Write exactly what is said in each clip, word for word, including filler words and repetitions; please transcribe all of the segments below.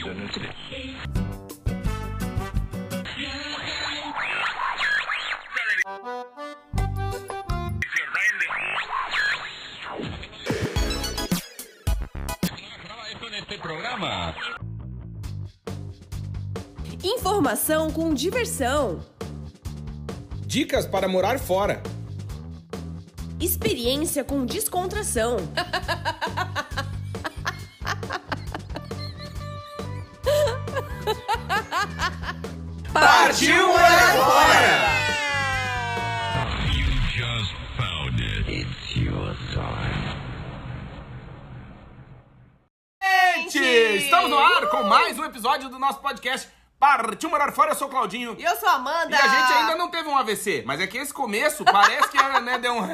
Informação com diversão. Dicas para morar fora. Experiência com descontração. Partiu morar fora! You just found it. It's your time. Gente, estamos no ar com mais um episódio do nosso podcast Partiu Morar Fora. Eu sou o Claudinho. E eu sou a Amanda. E a gente ainda não teve um A V C, mas é que esse começo parece que né, deu um...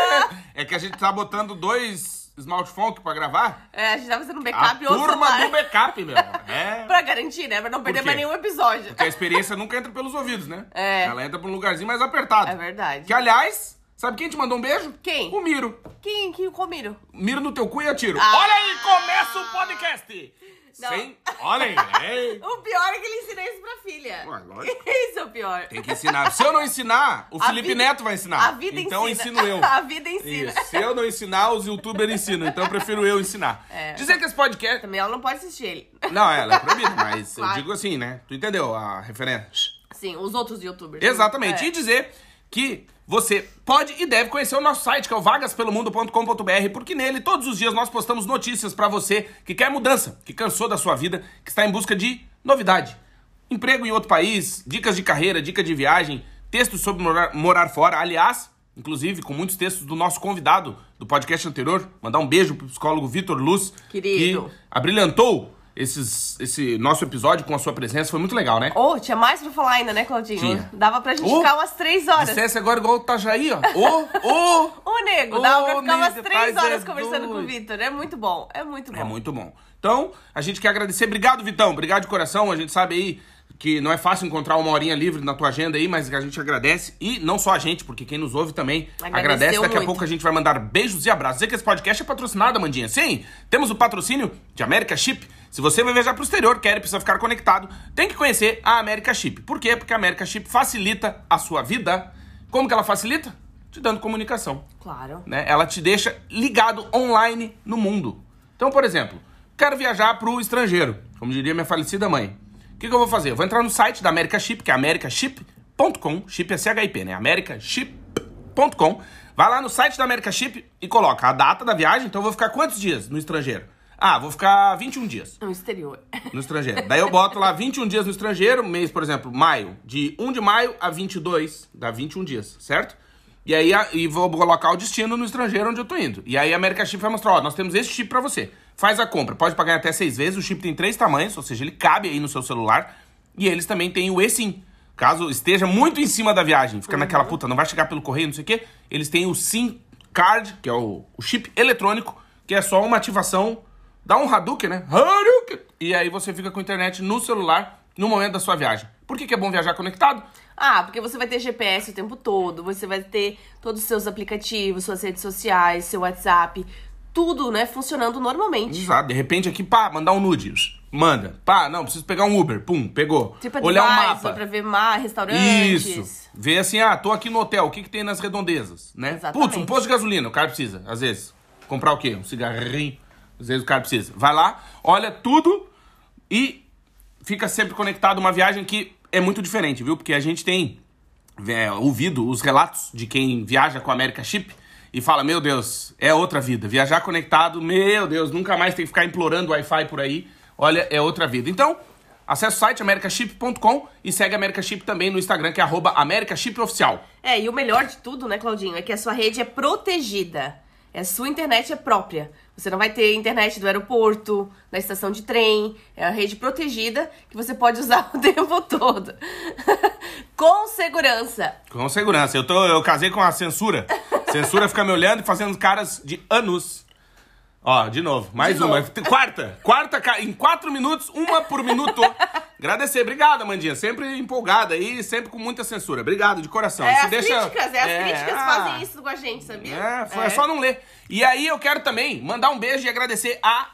É que a gente tá botando dois smartphones pra gravar. É, a gente tá fazendo um backup A e outro turma celular. do backup, meu. É. Pra garantir, né? Pra não perder quê? mais nenhum episódio. Porque a experiência nunca entra pelos ouvidos, né? É. Ela entra pra um lugarzinho mais apertado. É verdade. Que, aliás, sabe quem te mandou um beijo? Quem? O Miro. Quem, quem o Miro? Miro no teu cu e atiro. Ah. Olha aí, começa o podcast. Não. Sem... Olha aí. Ei. O pior é que ele ensina isso pra filha. Ué, lógico. Isso é o pior. Tem que ensinar. Se eu não ensinar, o A Felipe vida- Neto vai ensinar. A vida então ensina. ensino eu. A vida ensina. Isso. Se eu não ensinar, os youtubers ensinam. Então eu prefiro eu ensinar. É. Dizer que esse podcast... Também ela não pode assistir ele. Não, ela é proibida, mas Claro. eu digo assim, né? Tu entendeu a referência? Sim, os outros youtubers. Exatamente. É. E dizer que você pode e deve conhecer o nosso site, que é o vagas pelo mundo ponto com ponto b r, porque nele, todos os dias, nós postamos notícias pra você que quer mudança, que cansou da sua vida, que está em busca de novidade. Emprego em outro país, dicas de carreira, dica de viagem, textos sobre morar, morar fora. Aliás, inclusive, com muitos textos do nosso convidado do podcast anterior. Mandar um beijo pro psicólogo Vitor Luz, Querido. que abrilhantou esses, esse nosso episódio com a sua presença. Foi muito legal, né? Oh, tinha mais pra falar ainda, né, Claudinho? Tinha. Dava pra gente Ô, ficar umas três horas. Dissesse agora igual o Tajaí, ó. Ô, ô! Ô, nego, Ô, dava pra ficar umas nego, três faz horas é conversando com o doido. Vitor. É muito bom, é muito bom. É muito bom. Então, a gente quer agradecer. Obrigado, Vitão. Obrigado de coração. A gente sabe aí que não é fácil encontrar uma horinha livre na tua agenda aí, mas a gente agradece. E não só a gente, porque quem nos ouve também Agradeceu agradece. Daqui a muito. pouco a gente vai mandar beijos e abraços. Dizer que esse podcast é patrocinado, Amandinha. Sim, temos o patrocínio de America Chip. Se você vai viajar pro exterior, quer e precisa ficar conectado, tem que conhecer a America Chip. Por quê? Porque a America Chip facilita a sua vida. Como que ela facilita? Te dando comunicação. Claro. Né? Ela te deixa ligado online no mundo. Então, por exemplo, quero viajar pro estrangeiro, como diria minha falecida mãe. O que, que eu vou fazer? Eu vou entrar no site da America Chip, que é america chip ponto com, chip é C H I P, né? america chip ponto com. Vai lá no site da America Chip e coloca a data da viagem. Então eu vou ficar quantos dias no estrangeiro? Ah, vou ficar vinte e um dias No exterior. no estrangeiro. Daí eu boto lá vinte e um dias no estrangeiro, mês, por exemplo, maio. De um de maio a vinte e dois, dá vinte e um dias, certo? E aí a- e vou colocar o destino no estrangeiro onde eu tô indo. E aí a America Chip vai mostrar, ó, nós temos esse chip pra você. Faz a compra, pode pagar até seis vezes. O chip tem três tamanhos, ou seja, ele cabe aí no seu celular. E eles também têm o eSIM. Caso esteja muito em cima da viagem, fica naquela puta, não vai chegar pelo correio, não sei o quê. Eles têm o SIM Card, que é o, o chip eletrônico, que é só uma ativação, dá um Hadouken, né? Hadouken! E aí você fica com internet no celular no momento da sua viagem. Por que, que é bom viajar conectado? Ah, porque você vai ter G P S o tempo todo, você vai ter todos os seus aplicativos, suas redes sociais, seu WhatsApp, tudo, né, funcionando normalmente. Exato. De repente aqui, pá, mandar um nude. Manda. Pá, não, preciso pegar um Uber. Pum, pegou. Tipo Olhar o advisor mapa. pra ver mar, restaurantes. Isso. Ver assim, ah, tô aqui no hotel, o que que tem nas redondezas, né? Exatamente. Putz, um posto de gasolina, o cara precisa, às vezes. Comprar o quê? Um cigarrinho. Às vezes o cara precisa. Vai lá, olha tudo e fica sempre conectado. Uma viagem que é muito diferente, viu? Porque a gente tem é, ouvido os relatos de quem viaja com a America Chip e fala, meu Deus, é outra vida. Viajar conectado, meu Deus, nunca mais tem que ficar implorando Wi-Fi por aí. Olha, é outra vida. Então, acesse o site america chip ponto com e segue a America Chip também no Instagram, que é arroba America Chip Oficial. É, e o melhor de tudo, né, Claudinho, é que a sua rede é protegida. A sua internet é própria. Você não vai ter internet do aeroporto, da estação de trem. É a rede protegida que você pode usar o tempo todo. Com segurança. Com segurança. Eu, tô, eu casei com a censura. Censura fica me olhando e fazendo caras de anos. Ó, de novo. Mais De uma. novo. Quarta. Quarta, ca- em quatro minutos, uma por minuto. Agradecer. Obrigado, Amandinha. Sempre empolgada aí, sempre com muita censura. Obrigado, de coração. É Isso as críticas, é as críticas ah, fazem isso com a gente, sabia? É, foi, é só não ler. E aí eu quero também mandar um beijo e agradecer a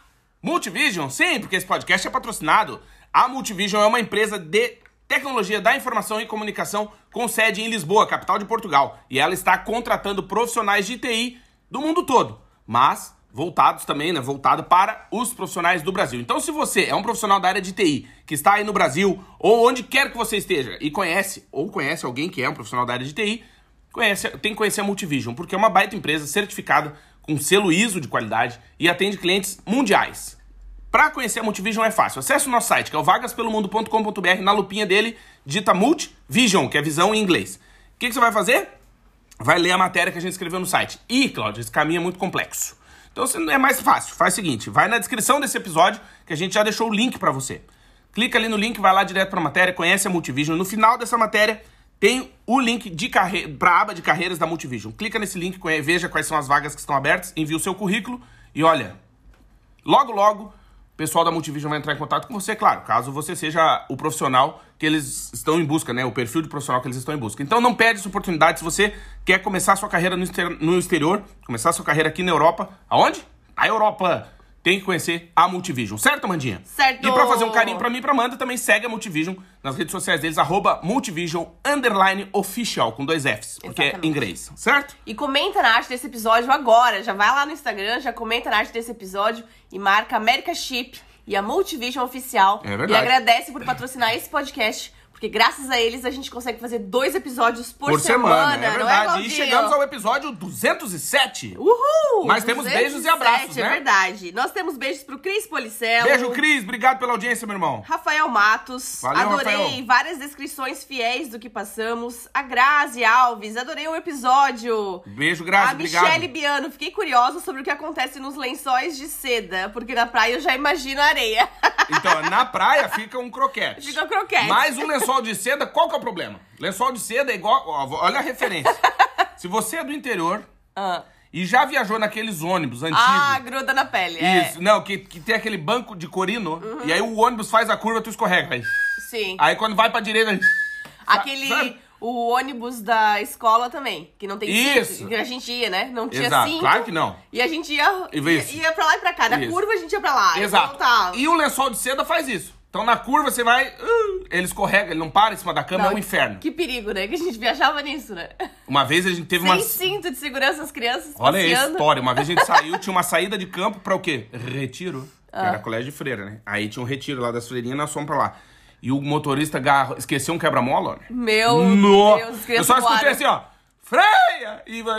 Multivision? Sim, porque esse podcast é patrocinado. A Multivision é uma empresa de tecnologia da informação e comunicação com sede em Lisboa, capital de Portugal. E ela está contratando profissionais de T I do mundo todo, mas voltados também, né? Voltado para os profissionais do Brasil. Então, se você é um profissional da área de T I que está aí no Brasil ou onde quer que você esteja e conhece ou conhece alguém que é um profissional da área de T I, conhece, tem que conhecer a Multivision, porque é uma baita empresa certificada com selo I S O de qualidade e atende clientes mundiais. Para conhecer a Multivision é fácil. Acesse o nosso site, que é o vagas pelo mundo ponto com ponto b r. Na lupinha dele, digita Multivision, que é visão em inglês. O que, que você vai fazer? Vai ler a matéria que a gente escreveu no site. Ih, Cláudio, esse caminho é muito complexo. Então é mais fácil. Faz o seguinte, vai na descrição desse episódio, que a gente já deixou o link para você. Clica ali no link, vai lá direto para a matéria, conhece a Multivision. No final dessa matéria, tem o link de carre... para a aba de carreiras da Multivision. Clica nesse link, veja quais são as vagas que estão abertas, envia o seu currículo e olha, logo, logo, o pessoal da Multivision vai entrar em contato com você, claro, caso você seja o profissional que eles estão em busca, né? O perfil de profissional que eles estão em busca. Então não perde essa oportunidade se você quer começar a sua carreira no, exter... no exterior, começar a sua carreira aqui na Europa. Aonde? A Europa. Tem que conhecer a Multivision, certo, Amandinha? Certo! E pra fazer um carinho pra mim e pra Amanda, também segue a Multivision nas redes sociais deles, arroba Multivision, underline, official, com dois Fs, porque Exatamente. é inglês, certo? E comenta na arte desse episódio agora. Já vai lá no Instagram, já comenta na arte desse episódio e marca America Chip e a Multivision Oficial. É verdade. E agradece por patrocinar esse podcast, porque graças a eles a gente consegue fazer dois episódios por, Por semana, é não verdade. é, E Claudinho? chegamos ao episódio duzentos e sete. Uhul! Mas temos beijos e abraços, É né? verdade. Nós temos beijos pro Cris Policelo. Beijo, Cris. Obrigado pela audiência, meu irmão. Rafael Matos. Valeu, adorei Rafael. várias descrições fiéis do que passamos. A Grazi Alves. Adorei o episódio. Beijo, Grazi. A Obrigado. Michele Biano. Fiquei curiosa sobre o que acontece nos lençóis de seda, porque na praia eu já imagino areia. Então, na praia fica um croquete. Fica croquete. Mas um lençol de seda, qual que é o problema? Lençol de seda é igual... Ó, olha a referência. Se você é do interior Ah. e já viajou naqueles ônibus antigos... Ah, gruda na pele. é. Isso, não, que, que tem aquele banco de corino, e aí o ônibus faz a curva, tu escorrega. Aí, Sim. aí quando vai pra direita... aí- Aquele... sabe? O ônibus da escola também, que não tem Isso. cinto. Que a gente ia, né? Não tinha Exato, cinto. claro que não. E a gente ia, E ia, isso. ia pra lá e pra cá. Na Isso. curva a gente ia pra lá. Exato. E voltava. E o lençol de seda faz isso. Então na curva você vai... uh, ele escorrega, ele não para em cima da cama, Não, é um inferno. Que perigo, né? Que a gente viajava nisso, né? Uma vez a gente teve Sem uma... cinto de segurança as crianças Olha passeando. a história. Uma vez a gente saiu, tinha uma saída de campo pra o quê? Retiro. Que era colégio de freira, né? Aí tinha um retiro lá das freirinhas e nós fomos pra lá. E o motorista agarrou, esqueceu um quebra-mola, ó. Meu No... Deus, as Eu crianças só escutei voaram. assim, ó. Freia! E vai...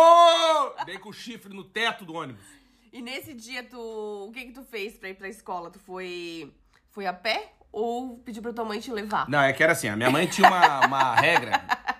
Uou! Dei com o chifre no teto do ônibus. E nesse dia, tu... o que que tu fez pra ir pra escola? Tu foi... Foi a pé ou pediu pra tua mãe te levar? Não, é que era assim, a minha mãe tinha uma, uma regra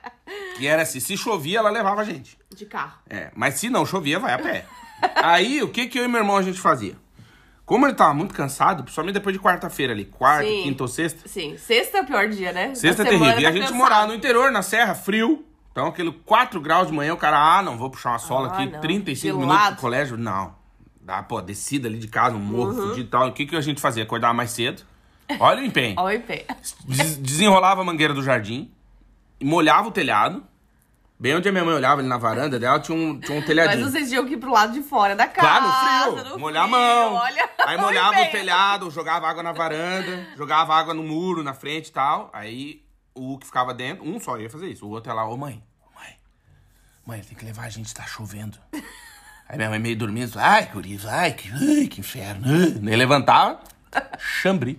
que era assim, se chovia, ela levava a gente. De carro. É, mas se não chovia, vai a pé. Aí, o que que eu e meu irmão a gente fazia? Como ele tava muito cansado, principalmente depois de quarta-feira ali, quarta, Sim. quinta ou sexta. Sim, sexta é o pior dia, né? Sexta é Da semana terrível. E a tá gente cansado. morava no interior, na serra, frio. Então, aquele quatro graus de manhã, o cara, ah, não, vou puxar uma sola Ah, aqui, não. trinta e cinco Gelado. minutos pro colégio. Não. Dá, pô, descida ali de casa, um morro Uhum. fudido e tal. O que que a gente fazia? Acordava mais cedo. Olha o empenho. Ó, o I P. Des- desenrolava a mangueira do jardim, molhava o telhado. Bem onde a minha mãe olhava, ali na varanda dela, tinha um, tinha um Mas telhadinho. vocês tinham que ir pro lado de fora da casa. Claro, no frio. no Molhar a frio, mão. Olha, Aí o molhava o empenho. telhado, jogava água na varanda, jogava água no muro, na frente e tal. Aí o que ficava dentro, um só ia fazer isso. O outro ia lá, ô mãe, ô mãe, mãe, tem que levar a gente, tá chovendo. Aí minha mãe meio dormindo, ai, guriz, ai, que, ai, que inferno. Aí levantava, chambre.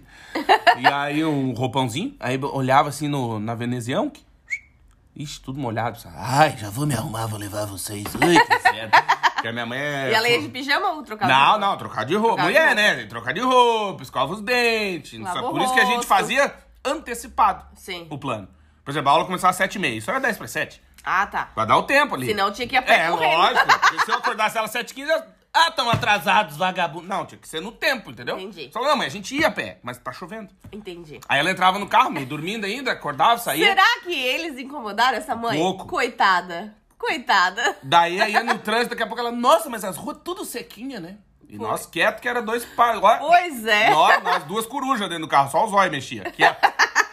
E aí um roupãozinho, aí olhava assim no, na venezião, que... Ixi, tudo molhado. Ai, já vou me arrumar, vou levar vocês. Ai, que inferno. Porque a minha mãe é... E ela ia de pijama ou trocava de Não, roupa? não, trocar de roupa. Trocar de Mulher, roupa. né? Trocar de roupa, escova os dentes. Lava Sabe? o Por isso que a gente rosto. fazia antecipado Sim. o plano. Por exemplo, a aula começava às sete e meia. Isso era dez para sete. Ah, tá. Pra dar o tempo ali. Senão tinha que ir a pé É, correndo. lógico. Porque se eu acordasse ela às sete e quinze, ah, estão atrasados, vagabundos. Não, tinha que ser no tempo, entendeu? Entendi. Só não, mas a gente ia a pé, mas tá chovendo. Entendi. Aí ela entrava no carro, meio dormindo ainda, acordava, saía. Será que eles incomodaram essa mãe? Pouco. Coitada. Coitada. Daí ia no trânsito, daqui a pouco ela, nossa, mas as ruas tudo sequinha, né? E Foi. nós quieto que era dois pais. Ó, Pois é. Nós, nós duas corujas dentro do carro, só os olhos mexia. Quieto.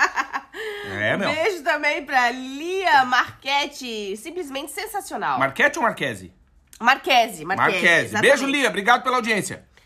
É, meu. Beijo também pra Lia Marchetti. Simplesmente sensacional. Marquete ou Marquese? Marquese, Marquese. Marquese. exatamente. Beijo, Lia. Obrigado pela audiência.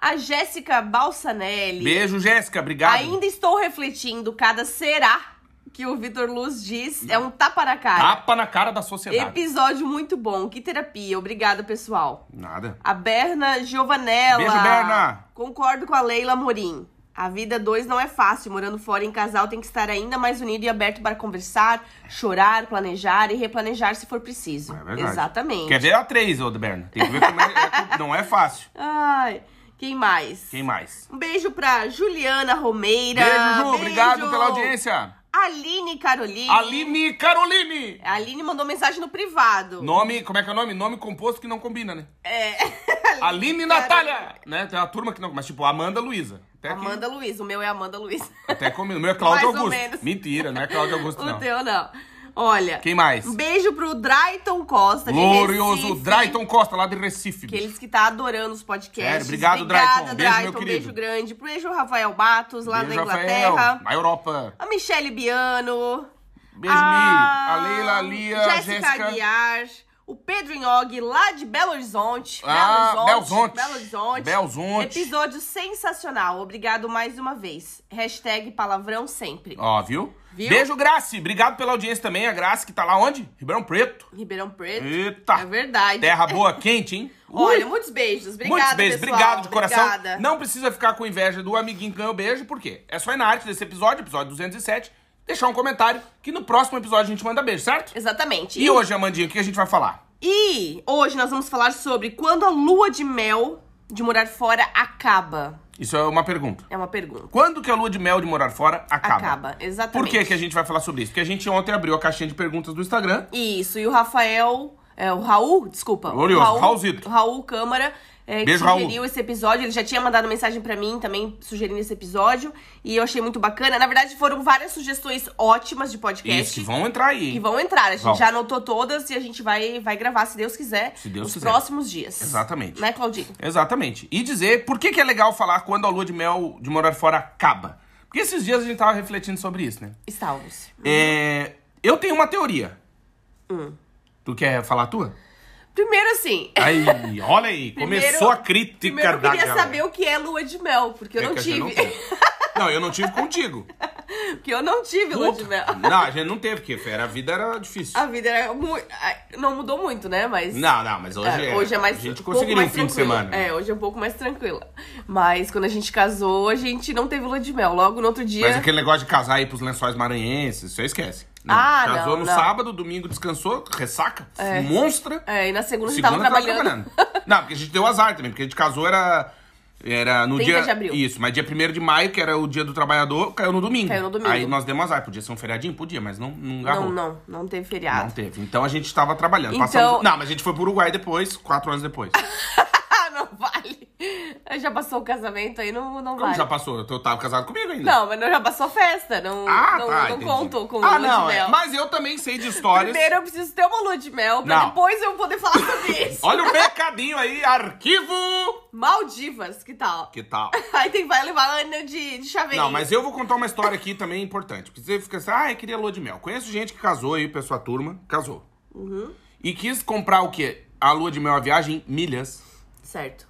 A Jéssica Balsanelli. Beijo, Jéssica, obrigado. Ainda estou refletindo, cada será que o Vitor Luz diz é um tapa na cara. Tapa na cara da sociedade. Episódio muito bom, que terapia. Obrigada, pessoal. Nada. A Berna Giovanella. Beijo, Berna. Concordo com a Leila Morim. A vida dois não é fácil. Morando fora em casal tem que estar ainda mais unido e aberto para conversar, chorar, planejar e replanejar se for preciso. É verdade. Exatamente. Quer ver a três, ô, Berna? Tem que ver como é, é, não é fácil. Ai, quem mais? Quem mais? Um beijo pra Juliana Romeira. Beijo, Ju. Beijo. Obrigado pela audiência. Aline Caroline. Aline Caroline. A Aline mandou mensagem no privado. Nome, como é que é o nome? Nome composto que não combina, né? É. Aline Natália. Né? Tem uma turma que não... Mas tipo, Amanda Luísa. Até Amanda aqui, Luiz. O meu é Amanda Luiz. até combina. O meu é Cláudio Mais ou Augusto. menos. Mentira, não é Cláudio Augusto, O não. teu não. Olha. Quem mais? Um beijo pro Drayton Costa, de Glorioso Recife. Drayton Costa, lá de Recife. Aqueles que tá adorando os podcasts. Sério, obrigado, Obrigada, Drayton. Beijo, meu Drayton. querido. Beijo grande. Beijo, Rafael Matos, lá Beijo, na Inglaterra. Rafael, na Europa. A Michele Biano. Beijo, a... Mi. A Leila, a Lia, a Jéssica Jéssica. Aguiar. O Pedro Inhog, lá de Belo Horizonte. Ah, Belo Belzonte. Belo Horizonte. Belzonte. Episódio sensacional. Obrigado mais uma vez. Hashtag palavrão sempre. Ó, viu? Viu? Beijo, Grace. Obrigado pela audiência também. A Grace que tá lá onde? Ribeirão Preto. Ribeirão Preto. Eita. É verdade. Terra boa, quente, hein? Olha, Ui. muitos beijos. Obrigada, Muitos beijos. pessoal. Obrigado de coração. Obrigada. Não precisa ficar com inveja do amiguinho que ganhou beijo, por quê? É só ir na arte desse episódio, episódio duzentos e sete, deixar um comentário que no próximo episódio a gente manda beijo, certo? Exatamente. E hoje, Amandinha, o que a gente vai falar? E hoje nós vamos falar sobre quando a lua de mel de morar fora acaba. Isso é uma pergunta. É uma pergunta. Quando que a lua de mel de morar fora acaba? Acaba, exatamente. Por que que a gente vai falar sobre isso? Porque a gente ontem abriu a caixinha de perguntas do Instagram. Isso, e o Rafael... É, o Raul, desculpa. Glorioso, o Raul, Raulzito. o Raul Câmara, é, que Beijo, sugeriu Raul. esse episódio. Ele já tinha mandado mensagem pra mim também, sugerindo esse episódio. E eu achei muito bacana. Na verdade, foram várias sugestões ótimas de podcast. Isso, que vão entrar aí. Que vão entrar. A gente Vão. já anotou todas e a gente vai, vai gravar, se Deus quiser, Se Deus nos quiser. próximos dias. Exatamente. Né, Claudinho? Exatamente. E dizer por que que é legal falar quando a lua de mel de morar fora acaba. Porque esses dias a gente tava refletindo sobre isso, né? Estávamos. É, eu tenho uma teoria. Hum. Tu quer falar a tua? Primeiro, assim... Aí, olha aí, Primeiro- começou a crítica Primeiro eu da queria galera. saber o que é lua de mel, porque eu É não que a gente tive. não teve. Não, eu não tive contigo. Porque eu não tive lua de mel. Não, a gente não teve, porque fera, a vida era difícil. A vida era muito... Não mudou muito, né? Mas... Não, não, mas hoje É, é, hoje é mais a gente um pouco conseguiria um mais fim de tranquila. semana. É, hoje é um pouco mais tranquila. Mas quando a gente casou, a gente não teve lua de mel. Logo no outro dia... Mas aquele negócio de casar aí pros lençóis maranhenses, você esquece. Não. Ah, Casou não, no não. sábado, domingo descansou, ressaca, monstra. É, e na segunda a gente Segunda tava tava trabalhando. Não, porque a gente deu azar também, porque a gente casou era... Era no trinta dia... de abril. Isso, mas dia primeiro de maio, que era o dia do trabalhador, caiu no domingo. Caiu no domingo. Aí nós demos azar. Podia ser um feriadinho? Podia, mas não, não agarrou. Não, não. Não teve Não feriado. teve. Então a gente tava trabalhando. Então- Passamos... Não, mas a gente foi pro Uruguai depois, quatro anos depois. Ah, não vale. Já passou o casamento aí, não, não Como vale. já passou? Eu tava casado comigo ainda. Não, mas não já passou a festa. Não, Ah, não, tá, não entendi. conto com Ah, lua não, de é. mel. Mas eu também sei de histórias. Primeiro eu preciso ter uma lua de mel, pra Não. depois eu poder falar sobre isso. Olha o recadinho aí, arquivo! Maldivas, que tal? Que tal? Aí tem, vai levar a Ana de, de chaveirinho. Não, mas eu vou contar uma história aqui também importante. Porque você fica assim, ah, eu queria lua de mel. Conheço gente que casou aí, pessoa turma, casou. Uhum. E quis comprar o quê? A lua de mel, a viagem, milhas. Certo.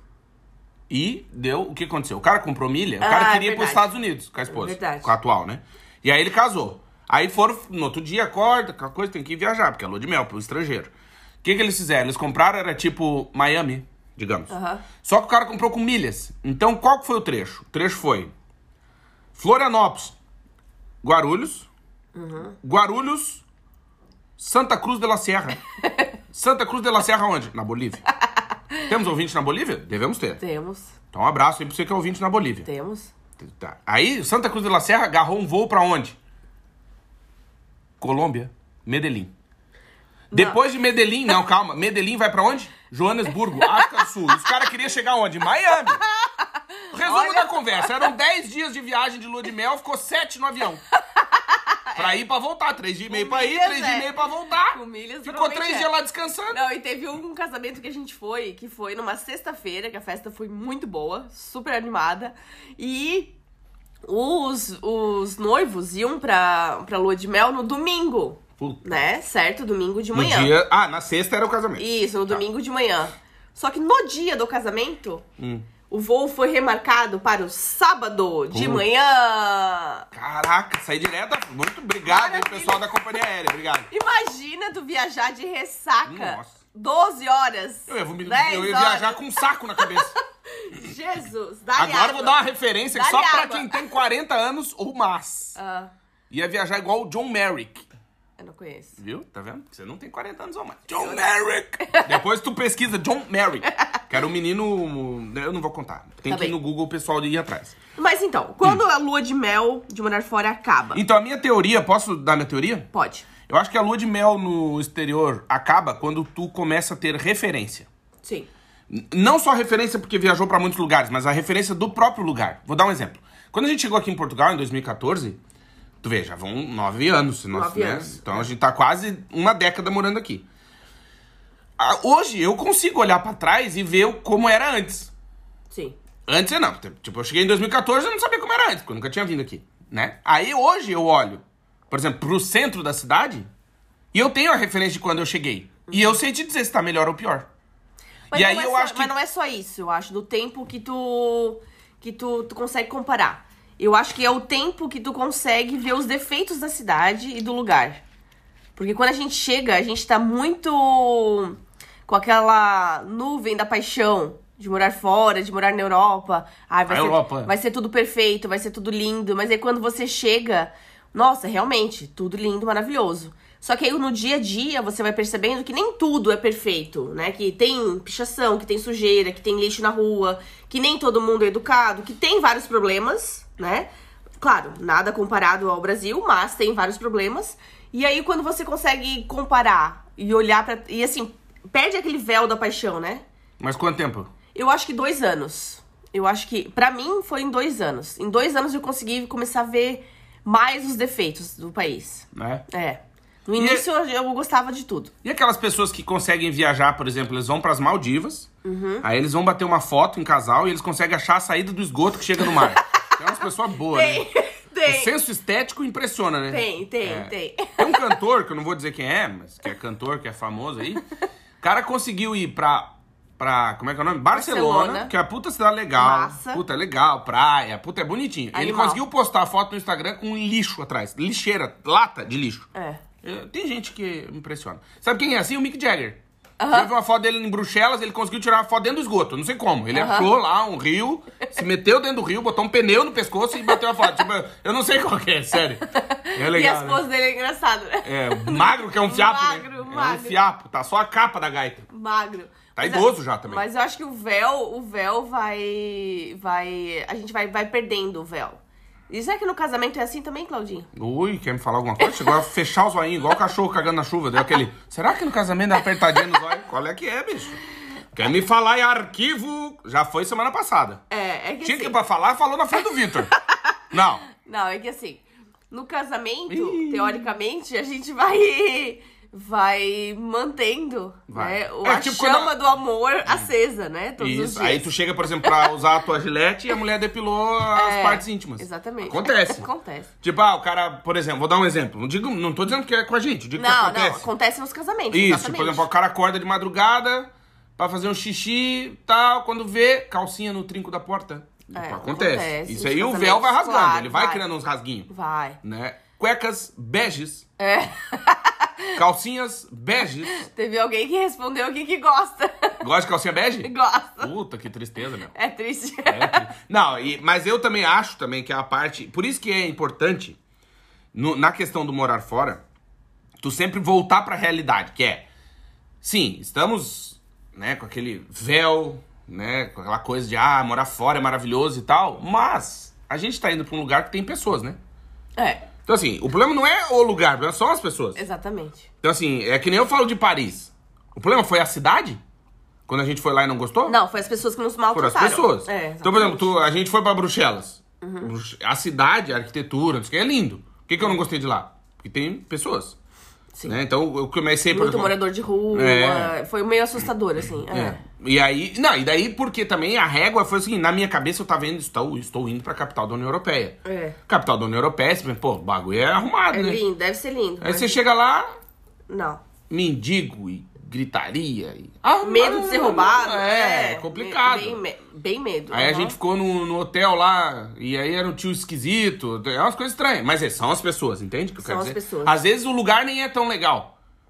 E deu, o que aconteceu? O cara comprou milha, o Ah, cara é queria ir pros verdade. Estados Unidos com a esposa. Verdade. Com a atual, né? E aí ele casou. Aí foram, no outro dia, acorda, aquela coisa, tem que ir viajar, porque é lua de mel, pro estrangeiro. O que que eles fizeram? Eles compraram, era tipo Miami, digamos. Aham. Só que o cara comprou com milhas. Então, qual que foi o trecho? O trecho foi Florianópolis, Guarulhos, Guarulhos, Santa Cruz de la Sierra. Santa Cruz de la Sierra onde? Na Bolívia. Temos ouvinte na Bolívia? Devemos ter. Temos, Então, um abraço aí pra você que é ouvinte na Bolívia. temos. Tá. Aí, Santa Cruz de la Sierra agarrou um voo pra onde? Colômbia, Medellín. Depois de Medellín, não, calma, Medellín vai pra onde? Joanesburgo, África do Sul. E os caras queriam chegar onde? Miami. Resumo Olha. da conversa, eram dez dias de viagem de lua de mel, ficou sete no avião. Pra ir, pra voltar. Três dias e meio Com pra ir, milhas, três dias é. e meio pra voltar. Com milhas, Ficou normalmente três é. dias lá descansando. Não, e teve um casamento que a gente foi, que foi numa sexta-feira, que a festa foi muito boa, super animada. E os, os noivos iam pra, pra lua de mel no domingo, Puta. né? Certo? Domingo de No manhã. dia... Ah, na sexta era o casamento. Isso, no domingo de manhã. Só que no dia do casamento, Hum. O voo foi remarcado para o sábado de Pô. manhã. Caraca, saí direto. Muito obrigado, hein, Maravilha. pessoal da companhia aérea. Obrigado. Imagina tu viajar de ressaca. Nossa. doze horas. Eu ia, vou me- dez eu ia horas. viajar com um saco na cabeça. Jesus, dá Agora eu vou dar uma referência Dá-lhe só pra água. quem tem quarenta anos ou mais. Ah, Ia viajar igual o John Merrick. eu não conheço. Viu? Tá vendo? Você não tem quarenta anos ou mais. John Merrick. Depois tu pesquisa John Merrick. Que era um menino... Eu não vou contar. Tem Tá que ir bem. no Google, o pessoal ir atrás. Mas então, quando Hum. a lua de mel de morar fora acaba? Então, a minha teoria... Posso dar minha teoria? Pode. Eu acho que a lua de mel no exterior acaba quando tu começa a ter referência. Sim. N- Não só a referência porque viajou pra muitos lugares, mas a referência do próprio lugar. Vou dar um exemplo. Quando a gente chegou aqui em Portugal, em dois mil e quatorze... Tu vê, já vão nove anos. Nós, Nove né? anos. Então a gente tá quase uma década morando aqui. Ah, hoje eu consigo olhar pra trás e ver como era antes. Sim. Antes eu não. Tipo, eu cheguei em dois mil e quatorze e eu não sabia como era antes, porque eu nunca tinha vindo aqui, né? Aí hoje eu olho, por exemplo, pro centro da cidade e eu tenho a referência de quando eu cheguei. E eu sei te dizer se tá melhor ou pior. Mas, e não aí é eu só, acho que... mas não é só isso, eu acho, do tempo que tu que tu, tu consegue comparar. Eu acho que é o tempo que tu consegue ver os defeitos da cidade e do lugar. Porque quando a gente chega, a gente tá muito com aquela nuvem da paixão de morar fora, de morar na Europa. Ai, vai, A ser, Europa. vai ser tudo perfeito, vai ser tudo lindo. Mas aí quando você chega, nossa, realmente, tudo lindo, maravilhoso. Só que aí no dia a dia você vai percebendo que nem tudo é perfeito, né? Que tem pichação, que tem sujeira, que tem lixo na rua, que nem todo mundo é educado, que tem vários problemas, né? Claro, nada comparado ao Brasil, mas tem vários problemas. E aí quando você consegue comparar e olhar pra... E assim, perde aquele véu da paixão, né? Mas quanto tempo? Eu acho que dois anos. Eu acho que, pra mim, foi em dois anos. Em dois anos eu consegui começar a ver mais os defeitos do país. Né? É. No início eu, eu gostava de tudo. E aquelas pessoas que conseguem viajar, por exemplo, eles vão pras Maldivas, Uhum. aí eles vão bater uma foto em casal e eles conseguem achar a saída do esgoto que chega no mar. Tem umas pessoas boas, né? O Tem, senso estético impressiona, né? tem, tem, É. tem. Tem um cantor, que eu não vou dizer quem é, mas que é cantor, que é famoso aí. O cara conseguiu ir pra, pra como é que é o nome? Barcelona, Barcelona. que é a puta cidade legal. Massa. Puta, é legal, praia, puta, é bonitinho. Ele Animal. conseguiu postar foto no Instagram com lixo atrás. Lixeira, lata de lixo. É. É, tem gente que me impressiona. Sabe quem é assim? O Mick Jagger. Eu vi uma foto dele em Bruxelas, ele conseguiu tirar uma foto dentro do esgoto. Não sei como. Ele achou lá um rio, se meteu dentro do rio, botou um pneu no pescoço e bateu a foto. Tipo, eu não sei qual que é, sério. É legal, e as né? poses dele é engraçado, né? É, magro que é um fiapo, Magro, né? É um magro. fiapo, tá só a capa da gaita. Magro. Tá Mas idoso eu- já também. Mas eu acho que o véu, o véu vai... vai a gente vai, vai perdendo o véu. E será que no casamento é assim também, Claudinho? Ui, quer me falar alguma coisa? Chegou a fechar o zoinho, igual o cachorro cagando na chuva. Deu aquele, será que no casamento dá apertadinha no zóio? Qual é que é, bicho? Quer me falar em arquivo? Já foi semana passada. É, é que Tinha que assim... ir pra falar, falou na frente do Vitor. Não. Não, é que assim, no casamento, Ih. teoricamente, a gente vai vai mantendo, Vai. né, o- É, a tipo chama quando- do amor acesa, né, todos os Isso. dias. Aí tu chega, por exemplo, pra usar a tua gilete e a mulher depilou as É, partes íntimas. Exatamente. Acontece. Acontece. Tipo, ah, o cara, por exemplo, vou dar um exemplo. Não, digo, não tô dizendo que é com a gente, digo que Não, acontece. não, acontece nos casamentos, Isso, exatamente. por exemplo, o cara acorda de madrugada pra fazer um xixi e tal, quando vê, calcinha no trinco da porta. É, Tipo, acontece. acontece. Isso Nos aí o casamentos, véu vai rasgando, claro, ele vai, vai. criando uns rasguinhos, Vai. né? Cuecas beges, É. calcinhas beges. Teve alguém que respondeu aqui que gosta. Gosta de calcinha bege? Gosta. Puta, que tristeza, meu. É triste. É, tri- não, e- mas eu também acho também que a parte... Por isso que é importante, no- na questão do morar fora, tu sempre voltar pra realidade, que é... Sim, estamos, né, com aquele véu, né, com aquela coisa de, ah, morar fora é maravilhoso e tal, mas a gente tá indo pra um lugar que tem pessoas, né? É, Então, assim, o problema não é o lugar, o problema são as pessoas. exatamente. Então, assim, é que nem eu falo de Paris. O problema foi a cidade? Quando a gente foi lá e não gostou? Não, foi as pessoas que nos Foram as maltrataram. pessoas. É, então, por exemplo, exatamente. Uhum. tu- a gente foi pra Bruxelas. Brux- A cidade, a arquitetura, não sei o que, é lindo. Por que, que eu não gostei de lá? Porque tem pessoas. Sim. Né? Então, eu comecei... por Muito exemplo, morador de rua. É. Foi meio assustador, assim. É. É. E aí... Não, e daí porque também a régua foi o seguinte, na minha cabeça eu tava indo, estou, estou indo pra capital da União Europeia. É. Capital da União Europeia, você pensa, pô, o bagulho é arrumado, É né? lindo, deve ser lindo. Aí mas- você chega lá, Não. mendigo e gritaria. E... Ah, Medo de ser roubado. É, é complicado. Bem, bem, bem medo. Aí uhum. a gente ficou no, no hotel lá, e aí era um tio esquisito, é umas coisas estranhas. Mas é, são as pessoas, entende o que eu São quero as dizer? pessoas. Às vezes o lugar nem é tão legal.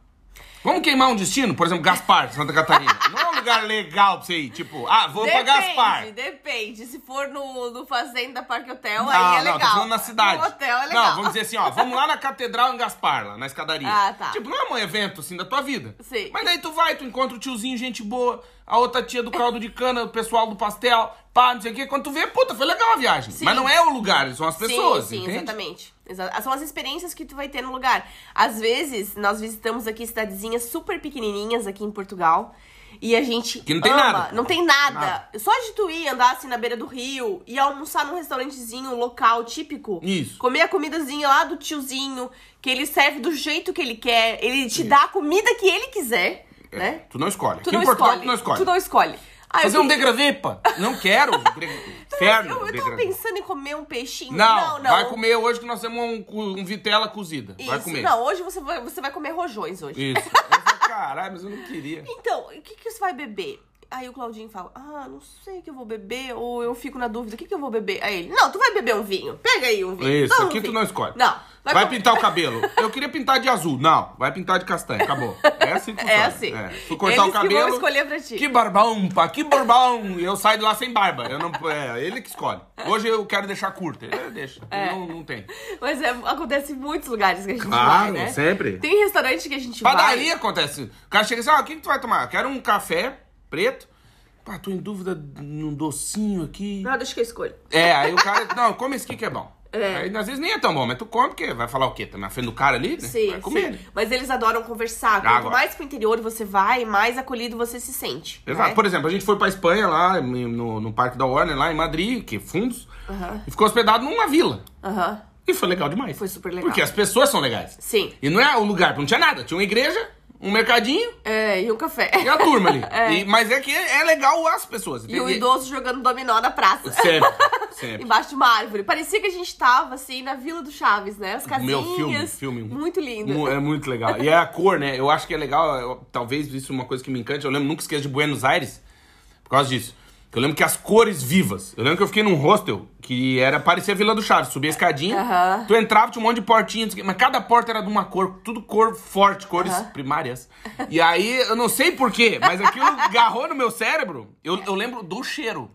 Vamos queimar um destino? Por exemplo, Gaspar, Santa Catarina. Não é um lugar legal pra você ir, tipo, ah, vou pra Gaspar. Depende, depende. Se for no, no Fazenda Parque Hotel, Não, aí é não, legal. tô falando na cidade. No hotel é legal. Não, vamos dizer assim, ó, vamos lá na Catedral em Gaspar, lá na escadaria. Ah, tá. Tipo, não é um evento, assim, da tua vida. Sim. Mas daí tu vai, tu encontra o tiozinho, gente boa, a outra tia do caldo de cana, o pessoal do pastel, pá, não sei o quê. Quando tu vê, puta, foi legal a viagem. Sim. Mas não é o lugar, são as pessoas, Sim, sim, entende? exatamente. Exa- São as experiências que tu vai ter no lugar. Às vezes, nós visitamos aqui cidadezinhas super pequenininhas aqui em Portugal. E a gente Que não tem ama, nada. Não tem nada. Nada. Só de tu ir andar assim na beira do rio e almoçar num restaurantezinho local típico. Isso. Comer a comidazinha lá do tiozinho, que ele serve do jeito que ele quer. Ele te dá a comida que ele quiser, É, né? Tu não escolhe. Tu Aqui não em Portugal, escolhe. tu não escolhe. Tu não escolhe. Ah, eu Fazer um queria- degradê, pá. Não quero. Inferno. Eu, eu tava degradê. pensando em comer um peixinho. Não, não, não. vai comer hoje que nós temos um, cu- um vitela cozida. Vai Isso, comer. não, hoje você vai, você vai comer rojões hoje. Isso. Eu falo, caralho, mas eu não queria. Então, o que, que você vai beber? Aí o Claudinho fala, ah, não sei o que eu vou beber, ou eu fico na dúvida, o que, que eu vou beber? Aí ele, não, tu vai beber um vinho, pega aí um vinho. Isso, toma um aqui tu vinho. não escolhe. Não. Vai, com- pintar o cabelo. Eu queria pintar de azul. Não, vai pintar de castanho. Acabou. É assim que funciona. É assim. É. Fui cortar Eles o cabelo. que vão escolher pra ti. Que barbão, pá, que barbão. E eu saio de lá sem barba. Eu não, é ele que escolhe. Hoje eu quero deixar curta. Ele deixa. É. Não, não tem. Mas é, acontece em muitos lugares que a gente Claro, vai, né? sempre. Tem restaurante que a gente Padaria vai... acontece. O cara chega assim, ó, o que, que tu vai tomar? Eu quero um café preto. Pá, tô em dúvida num docinho aqui. Ah, deixa que eu escolho. É, aí o cara, não, come esse aqui que é bom. É. Aí às vezes nem é tão bom, mas tu come porque vai falar o quê? Tá na frente do cara ali, né? Sim, vai comer. sim. Mas eles adoram conversar. Quanto Agora. mais pro interior você vai, mais acolhido você se sente. Exato. né? Por exemplo, a gente foi pra Espanha lá, no, no Parque da Warner, lá em Madrid, que é fundos, Aham. e ficou hospedado numa vila. Aham. E foi legal demais. Foi super legal. Porque as pessoas são legais. Sim. E não é o lugar, porque não tinha nada. Tinha uma igreja, um mercadinho É, e um café. e a turma ali. É. E- mas é que é legal as pessoas. E o entende? idoso jogando dominó na praça. Sempre, sempre. Embaixo de uma árvore. Parecia que a gente tava, assim, na Vila do Chaves, né? As casinhas. Meu filme, filme. Muito lindo. Mu- É muito legal. E é a cor, né? Eu acho que é legal, eu- talvez isso é uma coisa que me encante. Eu lembro, nunca esqueço de Buenos Aires, por causa disso. Eu lembro que as cores vivas. Eu lembro que eu fiquei num hostel que era, parecia a Vila do Chaves. Subia a escadinha, Aham. tu entrava, tinha um monte de portinhas, mas cada porta era de uma cor, tudo cor forte, cores Aham. primárias. E aí, eu não sei porquê, mas aquilo agarrou no meu cérebro. Eu, eu lembro do cheiro.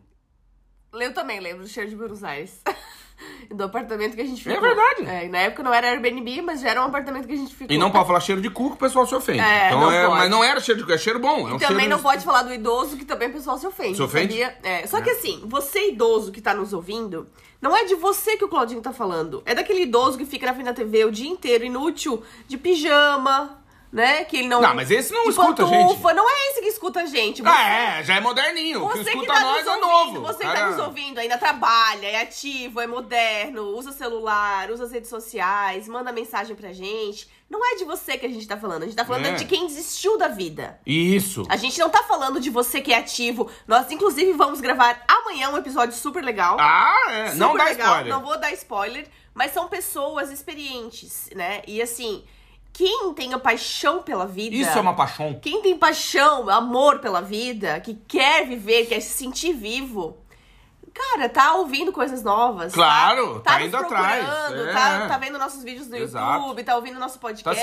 Eu também lembro do cheiro de Buenos Aires. Do apartamento que a gente ficou. É verdade. É, na época não era Airbnb, mas já era um apartamento que a gente ficou. E não pode falar cheiro de cu que o pessoal se ofende. É, então, não é, pode. mas não era cheiro de cu, é cheiro bom. É um E também cheiro... não pode falar do idoso, que também o pessoal se ofende. Se ofende? Sabia? É. Só que assim, você idoso que tá nos ouvindo, não é de você que o Claudinho tá falando. É daquele idoso que fica na frente da T V o dia inteiro, inútil, de pijama, né? Que ele não... Não, mas esse não de escuta a pantufa. gente. Não é esse que escuta a gente. Você, Ah, é, já é moderninho. O que você que escuta tá nós nos é ouvindo, novo. você que Cara, tá nos ouvindo, ainda trabalha, é ativo, é moderno, usa celular, usa as redes sociais, manda mensagem pra gente. Não é de você que a gente tá falando, a gente tá falando É. de quem desistiu da vida. Isso. A gente não tá falando de você que é ativo. Nós, inclusive, vamos gravar amanhã um episódio super legal. Ah, é. Super Não dá legal. spoiler. Não vou dar spoiler, mas são pessoas experientes, né? E assim, quem tem a paixão pela vida... Isso é uma paixão. Quem tem paixão, amor pela vida, que quer viver, quer se sentir vivo... Cara, tá ouvindo coisas novas. Claro, tá, tá nos indo atrás, procurando, é. Tá, tá vendo nossos vídeos no Exato. YouTube, tá ouvindo nosso Tá podcast. se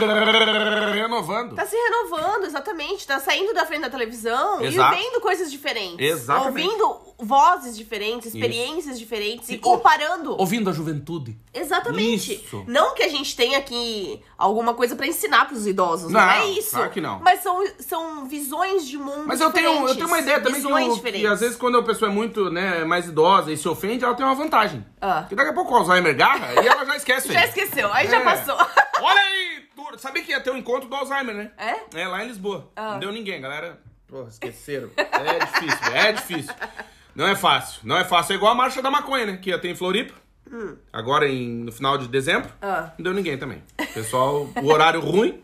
re- renovando. Tá se renovando, exatamente. Tá saindo da frente da televisão Exato. e vendo coisas diferentes. Exatamente. Ouvindo vozes diferentes, experiências diferentes e E comparando. Ouvindo a juventude. Exatamente. Isso. Não que a gente tenha aqui alguma coisa pra ensinar pros idosos, não, Não, é isso. claro que não. Mas são, são visões de mundo Mas eu tenho, diferentes. eu tenho uma ideia também que, visões eu, que diferentes. às vezes quando a pessoa é muito, né, mais idosa e se ofende, ela tem uma vantagem. Ah. Porque daqui a pouco o Alzheimer garra e ela já esquece. Já aí. esqueceu, aí já É. passou. Olha aí! tu- Sabia que ia ter um encontro do Alzheimer, né? É? É, lá em Lisboa. Ah. Não deu ninguém, galera. Pô, esqueceram. É difícil, é difícil. Não é fácil, não é fácil. É igual a Marcha da Maconha, né? Que ia ter em Floripa. Hum. Agora em, no final de dezembro. Ah. Não deu ninguém também. Pessoal, o horário ruim.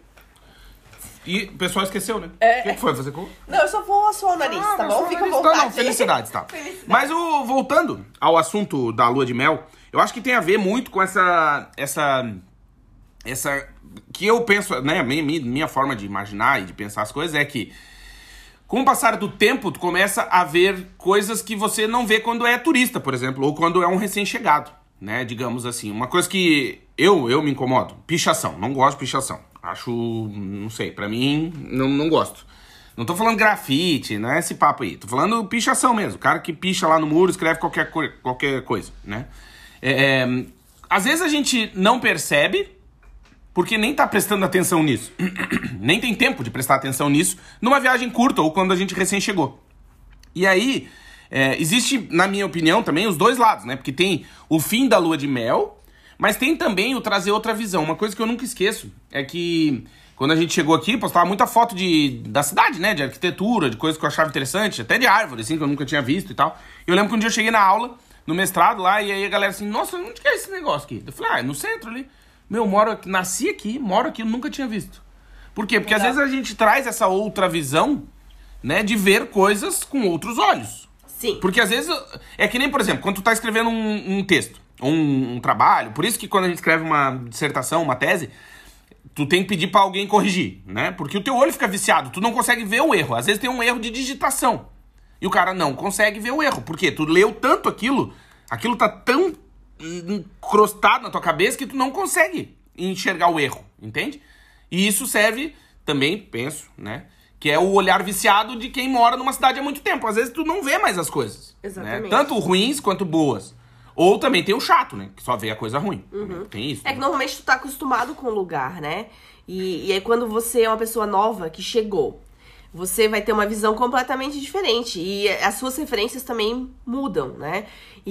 E o pessoal esqueceu, né? É. O que, que foi? Fazer com? Não, eu só vou assoar o nariz, Ah, tá mas bom? só Fica à nariz, vontade. tá, não, felicidades, tá. Felicidades. Mas o, voltando ao assunto da lua de mel, eu acho que tem a ver muito com essa, essa essa... Que eu penso, né, minha, minha forma de imaginar e de pensar as coisas é que com o passar do tempo, tu começa a ver coisas que você não vê quando é turista, por exemplo, ou quando é um recém-chegado, né, digamos assim. Uma coisa que eu, eu me incomodo, pichação, não gosto de pichação. Acho, não sei, pra mim, não, não gosto. Não tô falando grafite, não é esse papo aí. Tô falando pichação mesmo, o cara que picha lá no muro, escreve qualquer, co qualquer coisa, né. É, é, às vezes a gente não percebe, porque nem tá prestando atenção nisso. Nem tem tempo de prestar atenção nisso numa viagem curta ou quando a gente recém chegou. E aí, é, existe, na minha opinião, também os dois lados, né? Porque tem o fim da lua de mel, mas tem também o trazer outra visão. Uma coisa que eu nunca esqueço é que quando a gente chegou aqui, postava muita foto de, da cidade, né? De arquitetura, de coisas que eu achava interessante, até de árvore, assim, que eu nunca tinha visto e tal. Eu lembro que um dia eu cheguei na aula, no mestrado lá, e aí a galera assim, nossa, onde que é esse negócio aqui? Eu falei, ah, é no centro ali. Meu, moro aqui, nasci aqui, moro aqui, nunca tinha visto. Por quê? Porque Legal. Às vezes a gente traz essa outra visão, né, de ver coisas com outros olhos. Sim. Porque às vezes, é que nem, por exemplo, quando tu tá escrevendo um, um texto, um, um trabalho, por isso que quando a gente escreve uma dissertação, uma tese, tu tem que pedir pra alguém corrigir, né? Porque o teu olho fica viciado, tu não consegue ver o erro. Às vezes tem um erro de digitação. E o cara não consegue ver o erro. Por quê? Tu leu tanto aquilo, aquilo tá tão encrostado na tua cabeça que tu não consegue enxergar o erro, entende? E isso serve também, penso, né, que é o olhar viciado de quem mora numa cidade há muito tempo. Às vezes tu não vê mais as coisas. Exatamente. Né? Tanto ruins quanto boas. Ou também tem o chato, né, que só vê a coisa ruim. Uhum. Tem isso. É né? que normalmente tu tá acostumado com o lugar, né? E, e aí quando você é uma pessoa nova que chegou, você vai ter uma visão completamente diferente. E as suas referências também mudam, né?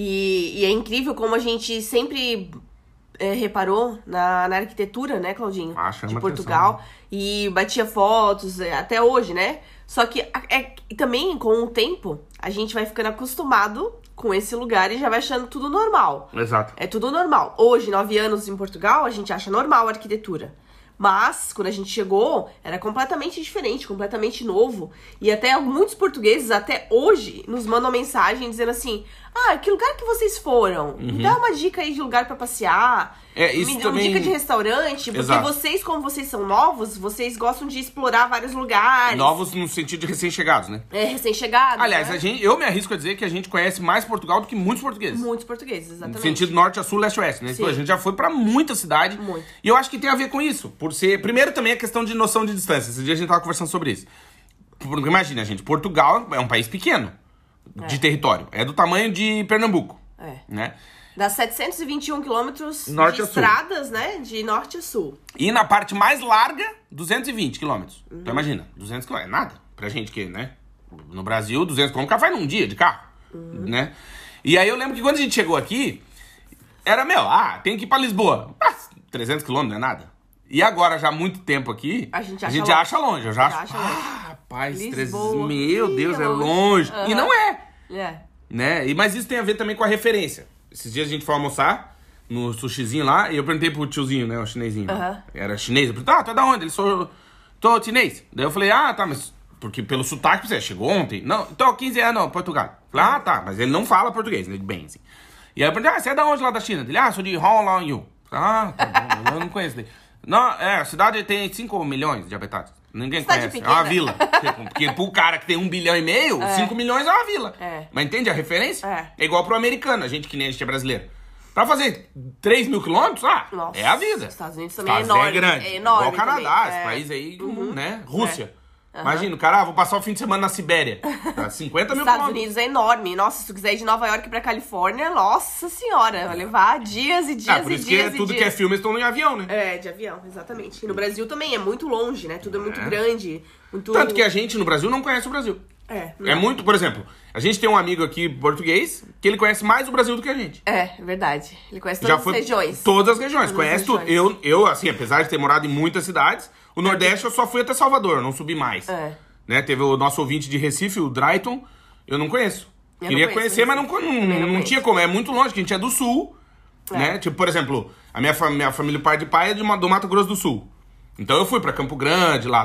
E, e é incrível como a gente sempre é, reparou na, na arquitetura, né, Claudinho? Ah, chama de Portugal. atenção, né? E batia fotos, até hoje, né? Só que é, também, com o tempo, a gente vai ficando acostumado com esse lugar e já vai achando tudo normal. Exato. É tudo normal. Hoje, nove anos em Portugal, a gente acha normal a arquitetura. Mas, quando a gente chegou, era completamente diferente, completamente novo. E até muitos portugueses, até hoje, nos mandam mensagem dizendo assim: ah, que lugar que vocês foram? Uhum. Me dá uma dica aí de lugar pra passear. É, isso Me dá também... uma dica de restaurante. Porque Exato. vocês, como vocês são novos, vocês gostam de explorar vários lugares. Novos no sentido de recém-chegados, né? É, recém-chegados. Aliás, né? a gente, eu me arrisco a dizer que a gente conhece mais Portugal do que muitos portugueses. Muitos portugueses, exatamente. No sentido norte a sul, leste a oeste, né? Sim. Pô, a gente já foi pra muita cidade. Muito. E eu acho que tem a ver com isso. Por ser... Primeiro também a questão de noção de distância. Esse dia a gente tava conversando sobre isso. Porque imagina, gente, Portugal é um país pequeno de É. território. É do tamanho de Pernambuco. É. Né? Dá setecentos e vinte e um quilômetros Norte de a sul. estradas, né? De norte a sul. E na parte mais larga, duzentos e vinte quilômetros. Uhum. Então imagina, duzentos quilômetros é nada. Pra gente que, né? No Brasil, duzentos quilômetros o cara vai num dia de carro. Uhum. Né? E aí eu lembro que quando a gente chegou aqui, era, meu, ah, tem que ir pra Lisboa. Ah, trezentos quilômetros não é nada. E agora, já há muito tempo aqui, A gente acha a gente longe. acha longe. Eu já Já acho, acha longe. ah, rapaz, Lisboa. trezentos, meu Ih, Deus, é é longe. longe. Uhum. E não é, É. né? E, mas isso tem a ver também com a referência. Esses dias a gente foi almoçar no sushizinho lá, e eu perguntei pro tiozinho, né, o chinesinho. Uhum. Era chinês. Eu perguntei, ah, tá da onde? Ele sou, tô chinês. Daí eu falei, ah, tá, mas... Porque pelo sotaque, você chegou ontem. Não, então, quinze anos, não, Portugal. Falei, ah, tá, mas ele não fala português, né, bem assim. E aí eu perguntei, ah, você é da onde lá da China? Ele, ah, sou de Honolulu. Ah, tá bom, eu não conheço daí. Não, é, a cidade tem cinco milhões de habitantes. Ninguém Cidade conhece. pequena. É uma vila. Porque pro cara que tem um bilhão e meio, É. cinco milhões é uma vila. É. Mas entende a referência? É. É igual pro americano, a gente que nem a gente é brasileiro. Pra fazer três mil quilômetros, ah, Nossa, é a vida. os Estados Unidos também é Estados enorme, é grande. é enorme Igual o Canadá, também, esse é. país aí, Uhum. né? Rússia. É. Imagina, o cara, ah, vou passar o fim de semana na Sibéria. Tá, cinquenta mil Estados quilômetros. Unidos é enorme. Nossa, se tu quiser ir de Nova York pra Califórnia, nossa senhora, vai levar dias e dias Ah, por e isso dias que e tudo dias. que é filme estão em avião, né? É, de avião, exatamente. E no Brasil também é muito longe, né? Tudo é muito É. grande. Muito... Tanto que a gente no Brasil não conhece o Brasil. É, É não. muito, por exemplo, a gente tem um amigo aqui português que ele conhece mais o Brasil do que a gente. É, é verdade. Ele conhece Já todas foi as regiões. Todas as regiões, Todas conhece as tudo. regiões. Eu, eu, assim, apesar de ter morado em muitas cidades, o Nordeste eu só fui até Salvador, eu não subi mais. É. Né? Teve o nosso ouvinte de Recife, o Drayton, eu não conheço. Eu Queria não conheço conhecer, mas não, Recife. não, Também não não conheço. tinha como. É muito longe, que a gente é do Sul. É. Né? Tipo, por exemplo, a minha, fa- minha família, pai de pai, é de uma- do Mato Grosso do Sul. Então eu fui pra Campo Grande lá e tal.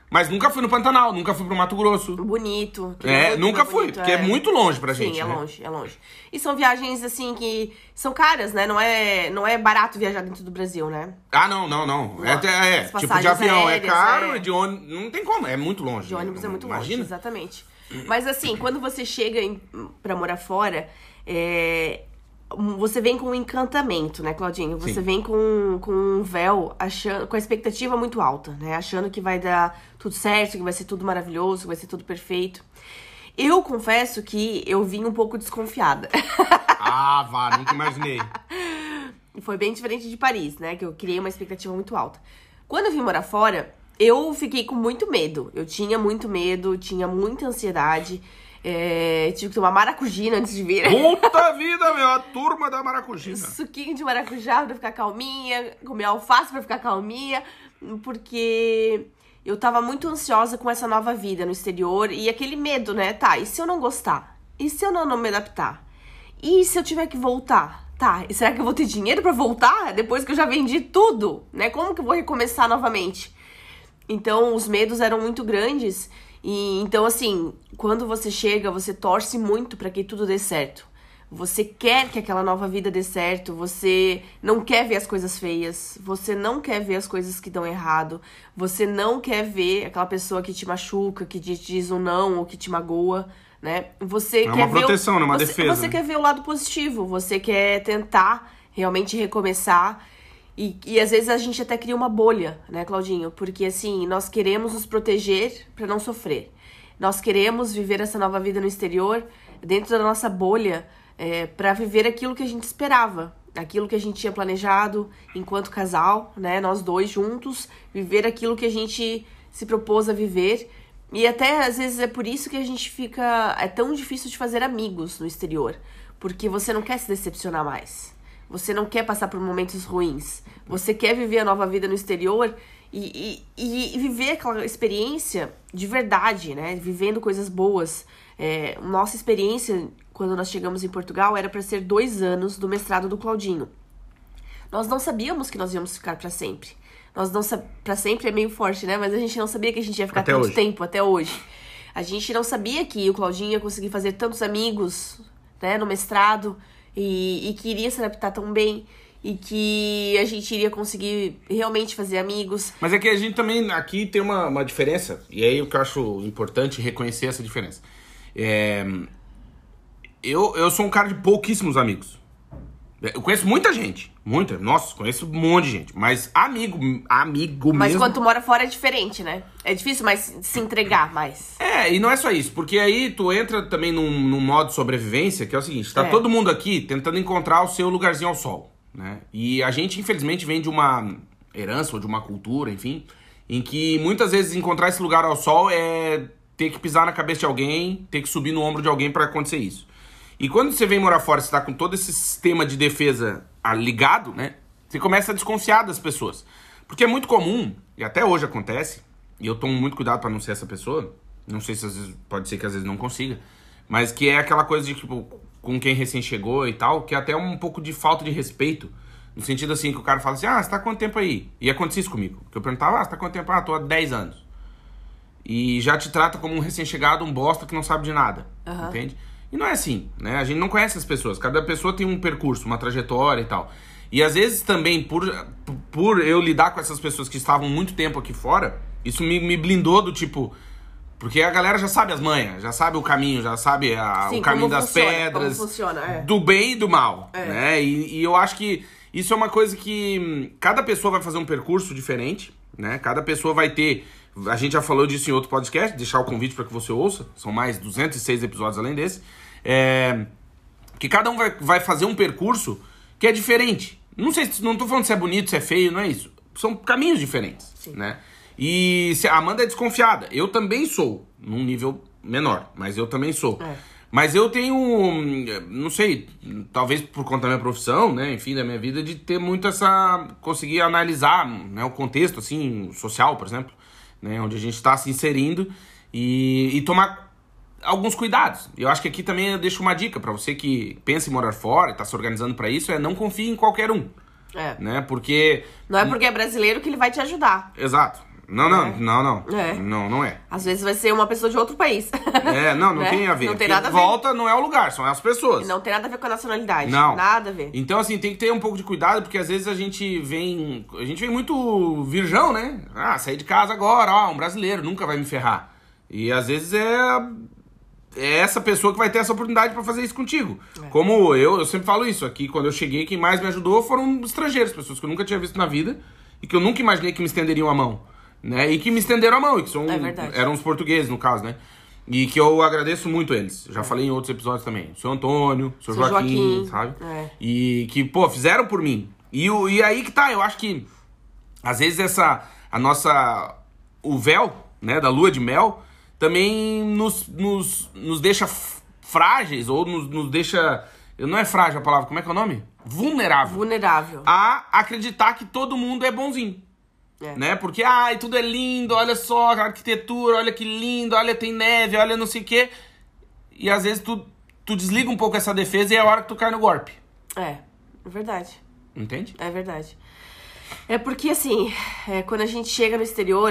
Mas nunca fui no Pantanal, nunca fui pro Mato Grosso. Bonito. É, muito nunca bonito, fui, porque é muito longe pra Sim, gente, é né? longe, é longe. E são viagens, assim, que são caras, né? Não é, não é barato viajar dentro do Brasil, né? Ah, não, não, não. É, até- é, As tipo, de passagens avião aéreas, é caro é. e de ônibus não tem como, é muito longe. De ônibus é muito longe, Imagina. exatamente. Mas assim, quando você chega em, pra morar fora, é, você vem com um encantamento, né, Claudinho? Você Sim. vem com, com um véu, achando, com a expectativa muito alta, né? Achando que vai dar tudo certo, que vai ser tudo maravilhoso, que vai ser tudo perfeito. Eu confesso que eu vim um pouco desconfiada. Ah, vá, nunca imaginei. Foi bem diferente de Paris, né? Que eu criei uma expectativa muito alta. Quando eu vim morar fora, eu fiquei com muito medo. Eu tinha muito medo, tinha muita ansiedade. É, tive que tomar maracujina antes de vir. Puta vida, meu, a turma da maracujina. Suquinho de maracujá pra ficar calminha, comer alface pra ficar calminha, porque eu tava muito ansiosa com essa nova vida no exterior e aquele medo, né? Tá, e se eu não gostar? E se eu não, não me adaptar? E se eu tiver que voltar? Tá, e será que eu vou ter dinheiro pra voltar depois que eu já vendi tudo, né? Como que eu vou recomeçar novamente? Então, os medos eram muito grandes. E então, assim, quando você chega, você torce muito pra que tudo dê certo. Você quer que aquela nova vida dê certo, você não quer ver as coisas feias, você não quer ver as coisas que dão errado, você não quer ver aquela pessoa que te machuca, que te diz um não ou que te magoa, né? Você É quer uma ver proteção, o, né? Uma você, defesa, Você né? quer ver o lado positivo, você quer tentar realmente recomeçar. E, e às vezes a gente até cria uma bolha, né, Claudinho? Porque assim, nós queremos nos proteger pra não sofrer. Nós queremos viver essa nova vida no exterior, dentro da nossa bolha, é, para viver aquilo que a gente esperava. Aquilo que a gente tinha planejado enquanto casal, né? Nós dois juntos, viver aquilo que a gente se propôs a viver. E até, às vezes, é por isso que a gente fica... É tão difícil de fazer amigos no exterior. Porque você não quer se decepcionar mais. Você não quer passar por momentos ruins. Você quer viver a nova vida no exterior e, e, e viver aquela experiência de verdade, né? Vivendo coisas boas. É, nossa experiência, quando nós chegamos em Portugal, era para ser dois anos do mestrado do Claudinho. Nós não sabíamos que nós íamos ficar para sempre. Nós não sab... Para sempre é meio forte, né? Mas a gente não sabia que a gente ia ficar Até tanto hoje. tempo, até hoje. A gente não sabia que o Claudinho ia conseguir fazer tantos amigos, né, no mestrado. E, e que iria se adaptar tão bem. E que a gente iria conseguir realmente fazer amigos. Mas é que a gente também aqui tem uma, uma diferença. E aí o que eu acho importante reconhecer essa diferença. É, eu, eu sou um cara de pouquíssimos amigos. Eu conheço muita gente. Muita. Nossa, conheço um monte de gente. Mas amigo, amigo Mas mesmo. quando tu mora fora é diferente, né? É difícil mais se entregar mais. É, e não é só isso, porque aí tu entra também num, num modo de sobrevivência, que é o seguinte, tá É. todo mundo aqui tentando encontrar o seu lugarzinho ao sol, né? E a gente, infelizmente, vem de uma herança ou de uma cultura, enfim, em que muitas vezes encontrar esse lugar ao sol é ter que pisar na cabeça de alguém, ter que subir no ombro de alguém pra acontecer isso. E quando você vem morar fora, você tá com todo esse sistema de defesa ah, ligado, né? Você começa a desconfiar das pessoas. Porque é muito comum, e até hoje acontece, e eu tomo muito cuidado pra não ser essa pessoa, não sei se às vezes, pode ser que às vezes não consiga, mas que é aquela coisa de, tipo, com quem recém chegou e tal, que é até um pouco de falta de respeito, no sentido assim, que o cara fala assim, ah, você tá há quanto tempo aí? E acontecia isso comigo, que eu perguntava, ah, você tá há quanto tempo? Ah, tô há dez anos. E já te trata como um recém-chegado, um bosta que não sabe de nada, Aham. entende? E não é assim, né? A gente não conhece as pessoas, cada pessoa tem um percurso, uma trajetória e tal. E às vezes também, por, por eu lidar com essas pessoas que estavam muito tempo aqui fora, isso me, me blindou do tipo... Porque a galera já sabe as manhas, já sabe o caminho, já sabe a, Sim, o caminho como das funciona, pedras, como funciona, é. do bem e do mal, É. né? E, e eu acho que isso é uma coisa que hum, cada pessoa vai fazer um percurso diferente, né? Cada pessoa vai ter... A gente já falou disso em outro podcast, deixar o convite para que você ouça, são mais duzentos e seis episódios além desse. É, que cada um vai, vai fazer um percurso que é diferente. Não sei, não tô falando se é bonito, se é feio, não é isso. São caminhos diferentes, Sim. né? E se a Amanda é desconfiada, eu também sou, num nível menor, mas eu também sou. É. Mas eu tenho, não sei, talvez por conta da minha profissão, né, enfim, da minha vida, de ter muito essa, conseguir analisar, né, o contexto, assim, social, por exemplo, né, onde a gente está se inserindo e, e tomar alguns cuidados. Eu acho que aqui também eu deixo uma dica para você que pensa em morar fora, está se organizando para isso, é não confie em qualquer um, É. né, porque... Não é porque é brasileiro que ele vai te ajudar. Exato. Não, não, É. não, não. É. Não, não é. Às vezes vai ser uma pessoa de outro país. É, não, não Né? tem a ver. Não tem Porque nada a ver. volta não é o lugar, são as pessoas. Não tem nada a ver com a nacionalidade. Não. Nada a ver. Então, assim, tem que ter um pouco de cuidado, porque às vezes a gente vem. A gente vem muito virgão, né? Ah, saí de casa agora, ó, um brasileiro, nunca vai me ferrar. E às vezes é. É essa pessoa que vai ter essa oportunidade pra fazer isso contigo. É. Como eu, eu sempre falo isso aqui, quando eu cheguei, quem mais me ajudou foram estrangeiros, pessoas que eu nunca tinha visto na vida e que eu nunca imaginei que me estenderiam a mão, né? E que me estenderam a mão, e que são, É verdade. eram os portugueses, no caso, né? E que eu agradeço muito eles. Já falei em outros episódios também. O seu Antônio, o seu Seu Joaquim, Joaquim, sabe? é. E que, pô, fizeram por mim. E, o, e aí que tá, eu acho que às vezes essa, a nossa, o véu, né, da lua de mel, também nos, nos, nos deixa f- frágeis, ou nos, nos deixa, não é frágil a palavra, como é que é o nome? Vulnerável. Vulnerável. A acreditar que todo mundo é bonzinho. É. Né? Porque, ai, tudo é lindo, olha só a arquitetura, olha que lindo, olha, tem neve, olha não sei o quê. E às vezes tu, tu desliga um pouco essa defesa e é a hora que tu cai no golpe. É, é verdade. Entende? É verdade. É porque, assim, é, quando a gente chega no exterior,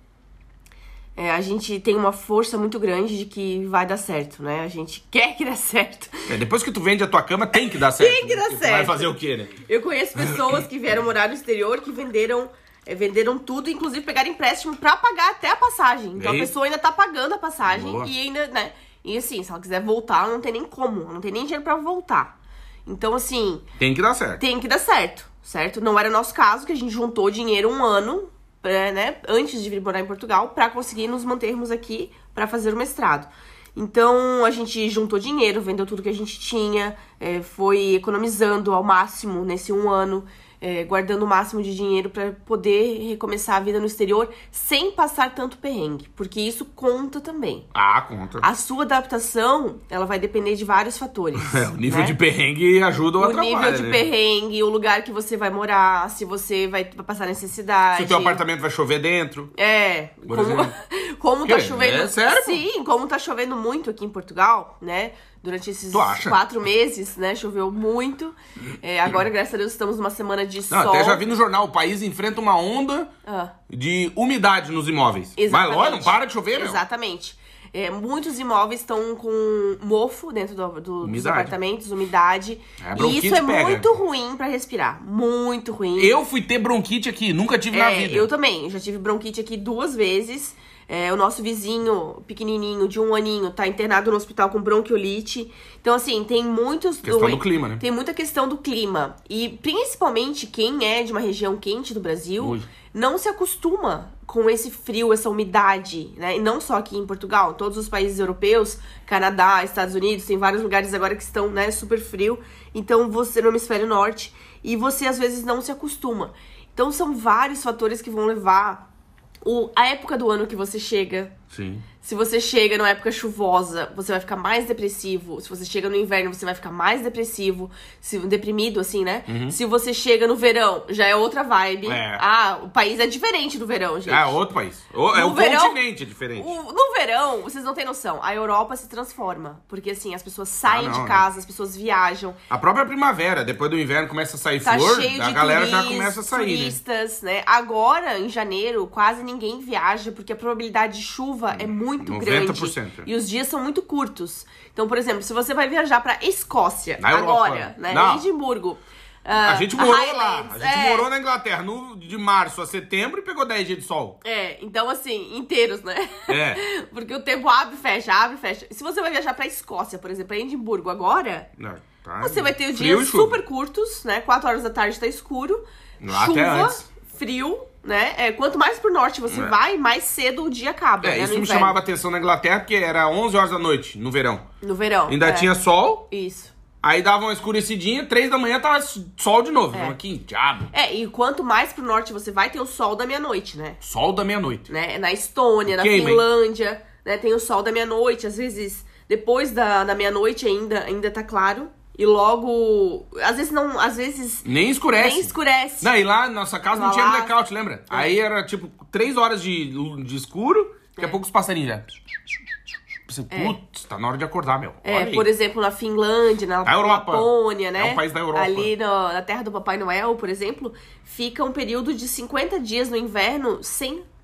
é, a gente tem uma força muito grande de que vai dar certo, né? A gente quer que dê certo. É, depois que tu vende a tua cama, tem que dar certo. Tem que dar Porque tu Vai certo. fazer o quê, né? Eu conheço pessoas que vieram morar no exterior que venderam, é, venderam tudo, inclusive pegaram empréstimo pra pagar até a passagem. Então Aí. a pessoa ainda tá pagando a passagem Boa. e ainda, né? E assim, se ela quiser voltar, não tem nem como, não tem nem dinheiro pra voltar. Então, assim, Tem que dar certo. tem que dar certo, certo? Não era o nosso caso, que a gente juntou dinheiro um ano, pra, né, antes de vir morar em Portugal, pra conseguir nos mantermos aqui pra fazer o mestrado. Então, a gente juntou dinheiro, vendeu tudo que a gente tinha, é, foi economizando ao máximo nesse um ano, é, guardando o máximo de dinheiro pra poder recomeçar a vida no exterior sem passar tanto perrengue, porque isso conta também. Ah, conta. A sua adaptação, ela vai depender de vários fatores. É, o nível né? de perrengue ajuda ou O atrapalha, nível de né? perrengue, o lugar que você vai morar, se você vai passar necessidade. Se o teu apartamento vai chover dentro. É, Por como, exemplo. como tá Quê? chovendo. É sério, pô? Sim, como tá chovendo muito aqui em Portugal, né? Durante esses Tu acha? quatro meses, né? Choveu muito. É, agora, graças a Deus, estamos numa semana de Não, sol. até já vi no jornal, o país enfrenta uma onda Ah. de umidade nos imóveis. Exatamente. Mas olha, não para de chover, meu. Exatamente. É, muitos imóveis estão com mofo dentro do, do- dos Umidade. apartamentos, umidade. É, a e bronquite isso é pega. muito ruim pra respirar. Muito ruim. Eu fui ter bronquite aqui, nunca tive na É, vida. eu também. Eu já tive bronquite aqui duas vezes. É, o nosso vizinho pequenininho, de um aninho, tá internado no hospital com bronquiolite. Então, assim, tem muitos... Questão do clima, né? Tem muita questão do clima. E, principalmente, quem é de uma região quente do Brasil, Ui. não se acostuma com esse frio, essa umidade, né? E não só aqui em Portugal, todos os países europeus, Canadá, Estados Unidos, tem vários lugares agora que estão, né, super frio. Então, você no hemisfério norte, e você, às vezes, não se acostuma. Então, são vários fatores que vão levar... O, a época do ano que você chega. Sim. Se você chega numa época chuvosa, você vai ficar mais depressivo. Se você chega no inverno, você vai ficar mais depressivo. Se, deprimido, assim, né? Se você chega no verão, já é outra vibe. É. Ah, o país é diferente do verão, gente. É outro país. O, é No o verão- continente é diferente. O- no verão, vocês não têm noção, a Europa se transforma. Porque, assim, as pessoas saem Ah, não, de né? casa, as pessoas viajam. A própria primavera, depois do inverno começa a sair Tá flor, cheio a de galera já turis- começa a sair, né? turistas, né? Agora, em janeiro, quase ninguém viaja, porque a probabilidade de chuva é muito noventa por cento. grande. E os dias são muito curtos. Então, por exemplo, se você vai viajar pra Escócia, Na Europa. agora, né? Não. Em Edimburgo. A ah, gente morou lá. Highlands, A gente é. morou na Inglaterra no, de março a setembro e pegou dez dias de sol. É, então assim, inteiros, né? É. Porque o tempo abre e fecha, abre e fecha. Se você vai viajar pra Escócia, por exemplo, pra Edimburgo agora, Não, tá você vai ter frio dias e chuva. super curtos, né? Quatro horas da tarde tá escuro. Lá até chuva, antes. frio, né? É, quanto mais pro norte você É. vai, mais cedo o dia acaba, É, né? isso no me inverno. chamava atenção na Inglaterra, porque era onze horas da noite, no verão. No verão. Ainda é. tinha sol, Isso. aí dava uma escurecidinha, três da manhã tava sol de novo. É. É. Que diabo. É, e quanto mais pro norte você vai, tem o sol da meia-noite, né? Sol da meia-noite. né? Na Estônia, na Queima, hein? Finlândia, né? Tem o sol da meia-noite. Às vezes, depois da, da meia-noite ainda, ainda tá claro. E logo... Às vezes não... Às vezes Nem escurece. nem escurece. Não, e lá na nossa casa não Lá- tinha blackout, lembra? Aí era tipo três horas de, de escuro, daqui a É. pouco os passarinhos já. Pensei, putz, tá na hora de acordar, meu. É, Olha aí. por exemplo, na Finlândia, na A Europa. Lapônia, né? É um país da Europa. Ali no- na terra do Papai Noel, por exemplo, fica um período de cinquenta dias no inverno sem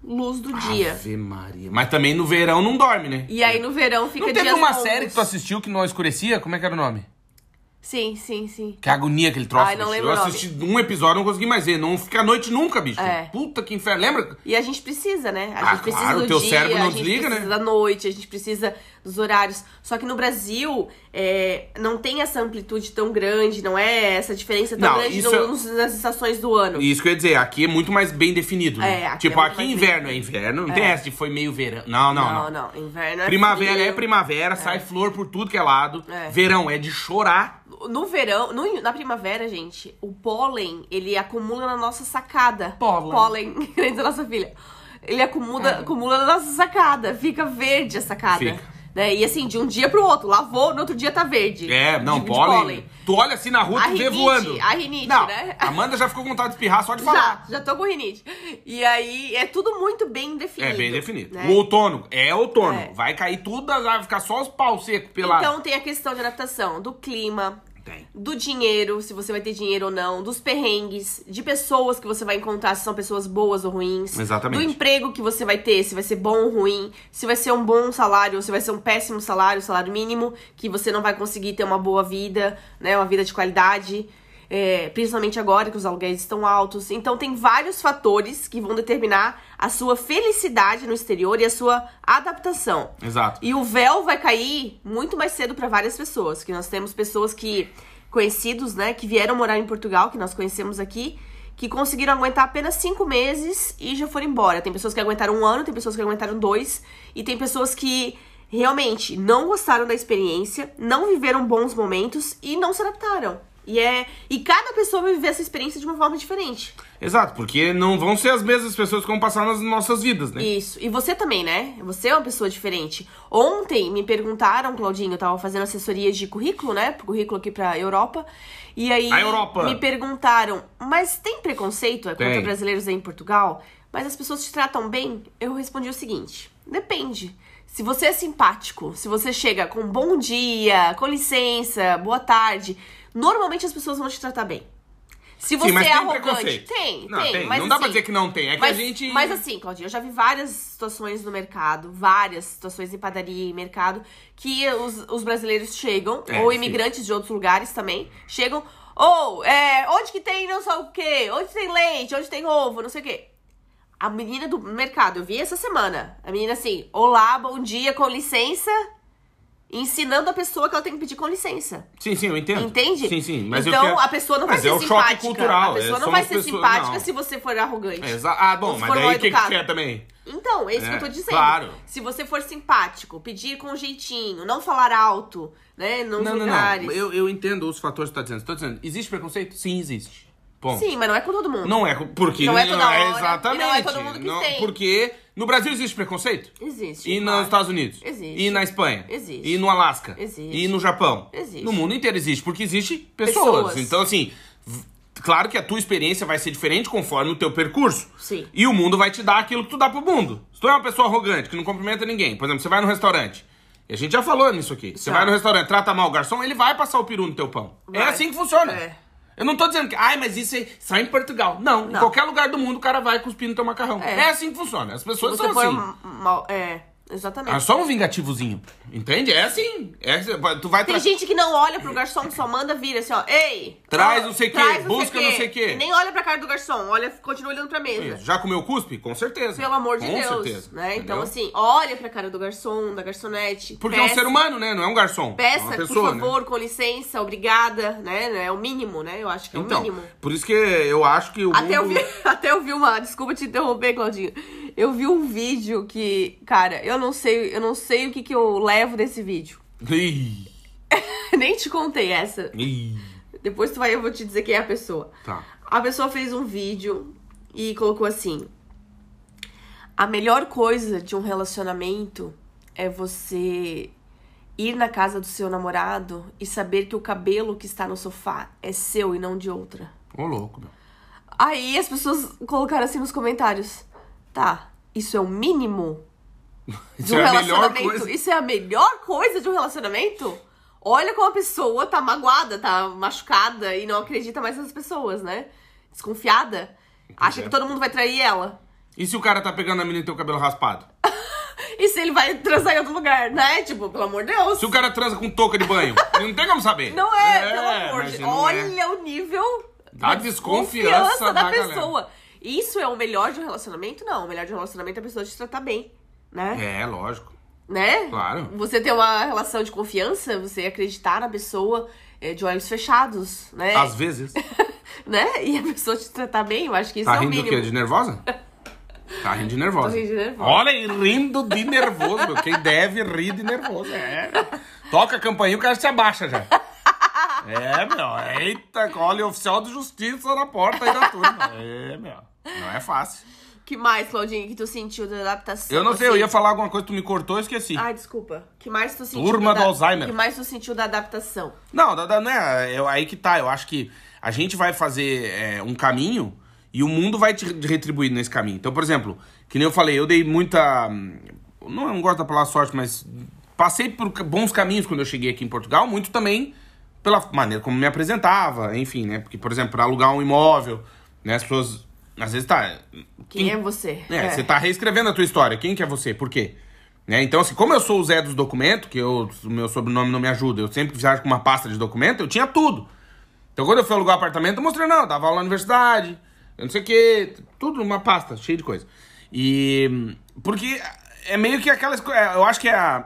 luz do dia. Ave Maria. Mas também no verão não dorme, né? E aí no verão fica Não teve dias uma longos. série que tu assistiu que não escurecia? Como é que era o nome? Sim, sim, sim. Que agonia aquele troço, Ai, não bicho. lembro Eu o nome. assisti um episódio, não consegui mais ver. Não fica à noite nunca, bicho. É. Puta que inferno. Lembra? E a gente precisa, né? A Ah, gente precisa claro, do o teu dia, cérebro não a gente desliga, precisa né? da noite, a gente precisa dos horários. Só que no Brasil, é, não tem essa amplitude tão grande, não é essa diferença tão Não, grande isso no, é- nos- nas estações do ano. Isso que eu ia dizer, aqui é muito mais bem definido, né? É, aqui tipo, é muito aqui mais inverno bem é inverno, não tem essa de foi meio verão. Não, não, não. não, não. Inverno é Primavera frio. é primavera, sai flor por tudo que é lado. É. Verão é de chorar. No verão, no- na primavera, gente, o pólen, ele acumula na nossa sacada. Pólen. Pólen, grande da nossa filha. Ele acumula, acumula na nossa sacada. Fica verde a sacada. Fica. Né? E assim, de um dia pro outro. Lavou, no outro dia tá verde. É, não, de, de pólen. Tu olha assim na rua, A tu vê rinite, voando. a rinite, não, né? a Amanda já ficou com vontade de espirrar só de falar. Já, já tô com rinite. E aí, é tudo muito bem definido. É bem definido. né? O outono é outono. É. Vai cair tudo, vai ficar só os pau secos pelados. Então tem a questão de adaptação do clima, Tem. do dinheiro, se você vai ter dinheiro ou não, dos perrengues, de pessoas que você vai encontrar, se são pessoas boas ou ruins. Exatamente. Do emprego que você vai ter, se vai ser bom ou ruim, se vai ser um bom salário ou se vai ser um péssimo salário, salário mínimo, que você não vai conseguir ter uma boa vida, né, uma vida de qualidade. É, principalmente agora que os aluguéis estão altos. Então tem vários fatores que vão determinar a sua felicidade no exterior e a sua adaptação. Exato. E o véu vai cair muito mais cedo para várias pessoas. Que nós temos pessoas que, conhecidos, né, que vieram morar em Portugal, que nós conhecemos aqui, que conseguiram aguentar apenas cinco meses e já foram embora. Tem pessoas que aguentaram um ano, tem pessoas que aguentaram dois, e tem pessoas que realmente não gostaram da experiência, não viveram bons momentos e não se adaptaram. E, é, e cada pessoa vai viver essa experiência de uma forma diferente. Exato, porque não vão ser as mesmas pessoas que vão passar nas nossas vidas, né? Isso. E você também, né? Você é uma pessoa diferente. Ontem me perguntaram, Claudinho, eu tava fazendo assessoria de currículo, né? Pro currículo aqui pra Europa. E aí A Europa. me perguntaram, mas tem preconceito contra Tem. brasileiros aí em Portugal? Mas as pessoas te tratam bem? Eu respondi o seguinte, depende. Se você é simpático, se você chega com bom dia, com licença, boa tarde, normalmente as pessoas vão te tratar bem. Se você Sim, mas é tem arrogante, preconceito. tem, Não, tem. tem. Mas Não dá pra assim, dizer que não tem, é que mas, a gente- Mas assim, Claudinha, eu já vi várias situações no mercado, várias situações em padaria e mercado, que os, os brasileiros chegam, É, ou sim. imigrantes de outros lugares também, chegam, ou, é, onde que tem não sei o quê, onde tem leite, onde tem ovo, não sei o quê. A menina do mercado, eu vi essa semana, a menina assim, olá, bom dia, com licença, ensinando a pessoa que ela tem que pedir com licença. Sim, sim, eu entendo. Entende? Sim, sim. Mas eu então, quero- a pessoa não vai Mas ser é o choque simpática. cultural, A pessoa é, não vai somos ser pessoas- simpática não. se você for arrogante. É, exa- ah, bom, Ou se mas for daí mal o que, que tu educado. quer também? Então, é isso É, que eu tô dizendo. claro. Se você for simpático, pedir com jeitinho, não falar alto, né, nos Não, não, lugares. não. Eu, eu entendo os fatores que tu tá dizendo. Tô dizendo, existe preconceito? Sim, existe. Ponto. Sim, mas não é com todo mundo. Não é co- porque Não é toda hora, exatamente. e não é todo mundo que Não- tem. Porque no Brasil existe preconceito? Existe. E claro. nos Estados Unidos? Existe. E na Espanha? Existe. E no Alasca? Existe. E no Japão? Existe. No mundo inteiro existe, porque existe pessoas. Pessoas. Então, assim, v- claro que a tua experiência vai ser diferente conforme o teu percurso. Sim. E o mundo vai te dar aquilo que tu dá pro mundo. Se tu é uma pessoa arrogante, que não cumprimenta ninguém, por exemplo, você vai no restaurante, e a gente já falou nisso aqui, você Já. vai no restaurante, trata mal o garçom, ele vai passar o peru no teu pão. É Vai. assim que funciona. É. Eu não tô dizendo que, ai, mas isso é só em Portugal. Não, em Não. qualquer lugar do mundo o cara vai cuspir no teu macarrão. É, É. assim que funciona. As Se pessoas você são for assim. mal. É, exatamente. É só um vingativozinho. Entende? É assim. É, tu vai Tem tra- gente que não olha pro garçom, só manda vir assim, ó. Ei! Traz ó, não sei o quê, traz busca não sei o quê. Nem olha pra cara do garçom, olha, continua olhando pra mesa. Já comeu cuspe? Com certeza. Pelo amor de Com Deus. certeza. Né? Então, Entendeu? assim, olha pra cara do garçom, da garçonete. Porque é um peça, ser humano, né? Não é um garçom. Peça, é uma pessoa, por favor, né? com licença, obrigada, né? É o mínimo, né? Eu acho que é Então, o mínimo. por isso que eu acho que o Até eu, mundo... vi, até eu vi uma. Desculpa te interromper, Claudinho. Eu vi um vídeo que, cara, eu não sei, eu não sei o que, que eu levo desse vídeo. Ih, Nem te contei essa. ih. Depois tu vai, eu vou te dizer quem é a pessoa. Tá. A pessoa fez um vídeo e colocou assim: a melhor coisa de um relacionamento é você ir na casa do seu namorado e saber que o cabelo que está no sofá é seu e não de outra. Ô, louco, meu. Aí as pessoas colocaram assim nos comentários: tá, isso é o mínimo de Isso um é a melhor relacionamento? coisa. Isso é a melhor coisa de um relacionamento? Olha como a pessoa tá magoada, tá machucada e não acredita mais nas pessoas, né? Desconfiada. Acha que todo mundo vai trair ela. E se o cara tá pegando a menina e tem o cabelo raspado? E se ele vai transar em outro lugar, né? Tipo, pelo amor de Deus. Se o cara transa com touca de banho? Não tem como saber. Não é, pelo amor mas de Deus. não é. Olha o nível Da desconfiança da da pessoa. Isso é o melhor de um relacionamento? Não. O melhor de um relacionamento é a pessoa te tratar bem, né? É, lógico. Né? Claro. Você ter uma relação de confiança, você acreditar na pessoa é, de olhos fechados, né? Às vezes. Né? E a pessoa te tratar bem, eu acho que isso Tá é o rindo do mínimo. quê? De nervosa? Tá rindo de nervosa. Tô rindo de nervosa. Olha aí, rindo de nervoso, meu. Quem deve rir de nervoso. É. Toca a campainha, o cara se abaixa já. É, meu. Eita, olha, oficial de justiça na porta aí da turma. É, meu. Não é fácil. Que mais, Claudinho, que tu sentiu da adaptação? Eu não sei, eu assim? ia falar alguma coisa, tu me cortou, eu esqueci. Ai, desculpa. Que mais tu sentiu Turma da... do Alzheimer. Que mais tu sentiu da adaptação? Não, da- da- não é, é aí que tá. Eu acho que a gente vai fazer é, um caminho e o mundo vai te retribuir nesse caminho. Então, por exemplo, que nem eu falei, eu dei muita... Não, eu não gosto da palavra sorte, mas passei por bons caminhos quando eu cheguei aqui em Portugal, muito também pela maneira como me apresentava, enfim, né? Porque, por exemplo, para alugar um imóvel, né? As pessoas, às vezes, tá... Quem, é você? É, você tá reescrevendo a tua história. Quem que é você? Por quê? Né? Então, assim, como eu sou o Zé dos documentos, que eu, o meu sobrenome não me ajuda, eu sempre viajo com uma pasta de documento, eu tinha tudo. Então, quando eu fui alugar o apartamento, eu mostrei, não, eu dava aula na universidade, eu não sei o quê, tudo uma pasta, cheia de coisa. E... Porque é meio que aquelas coisas... Eu acho que é a,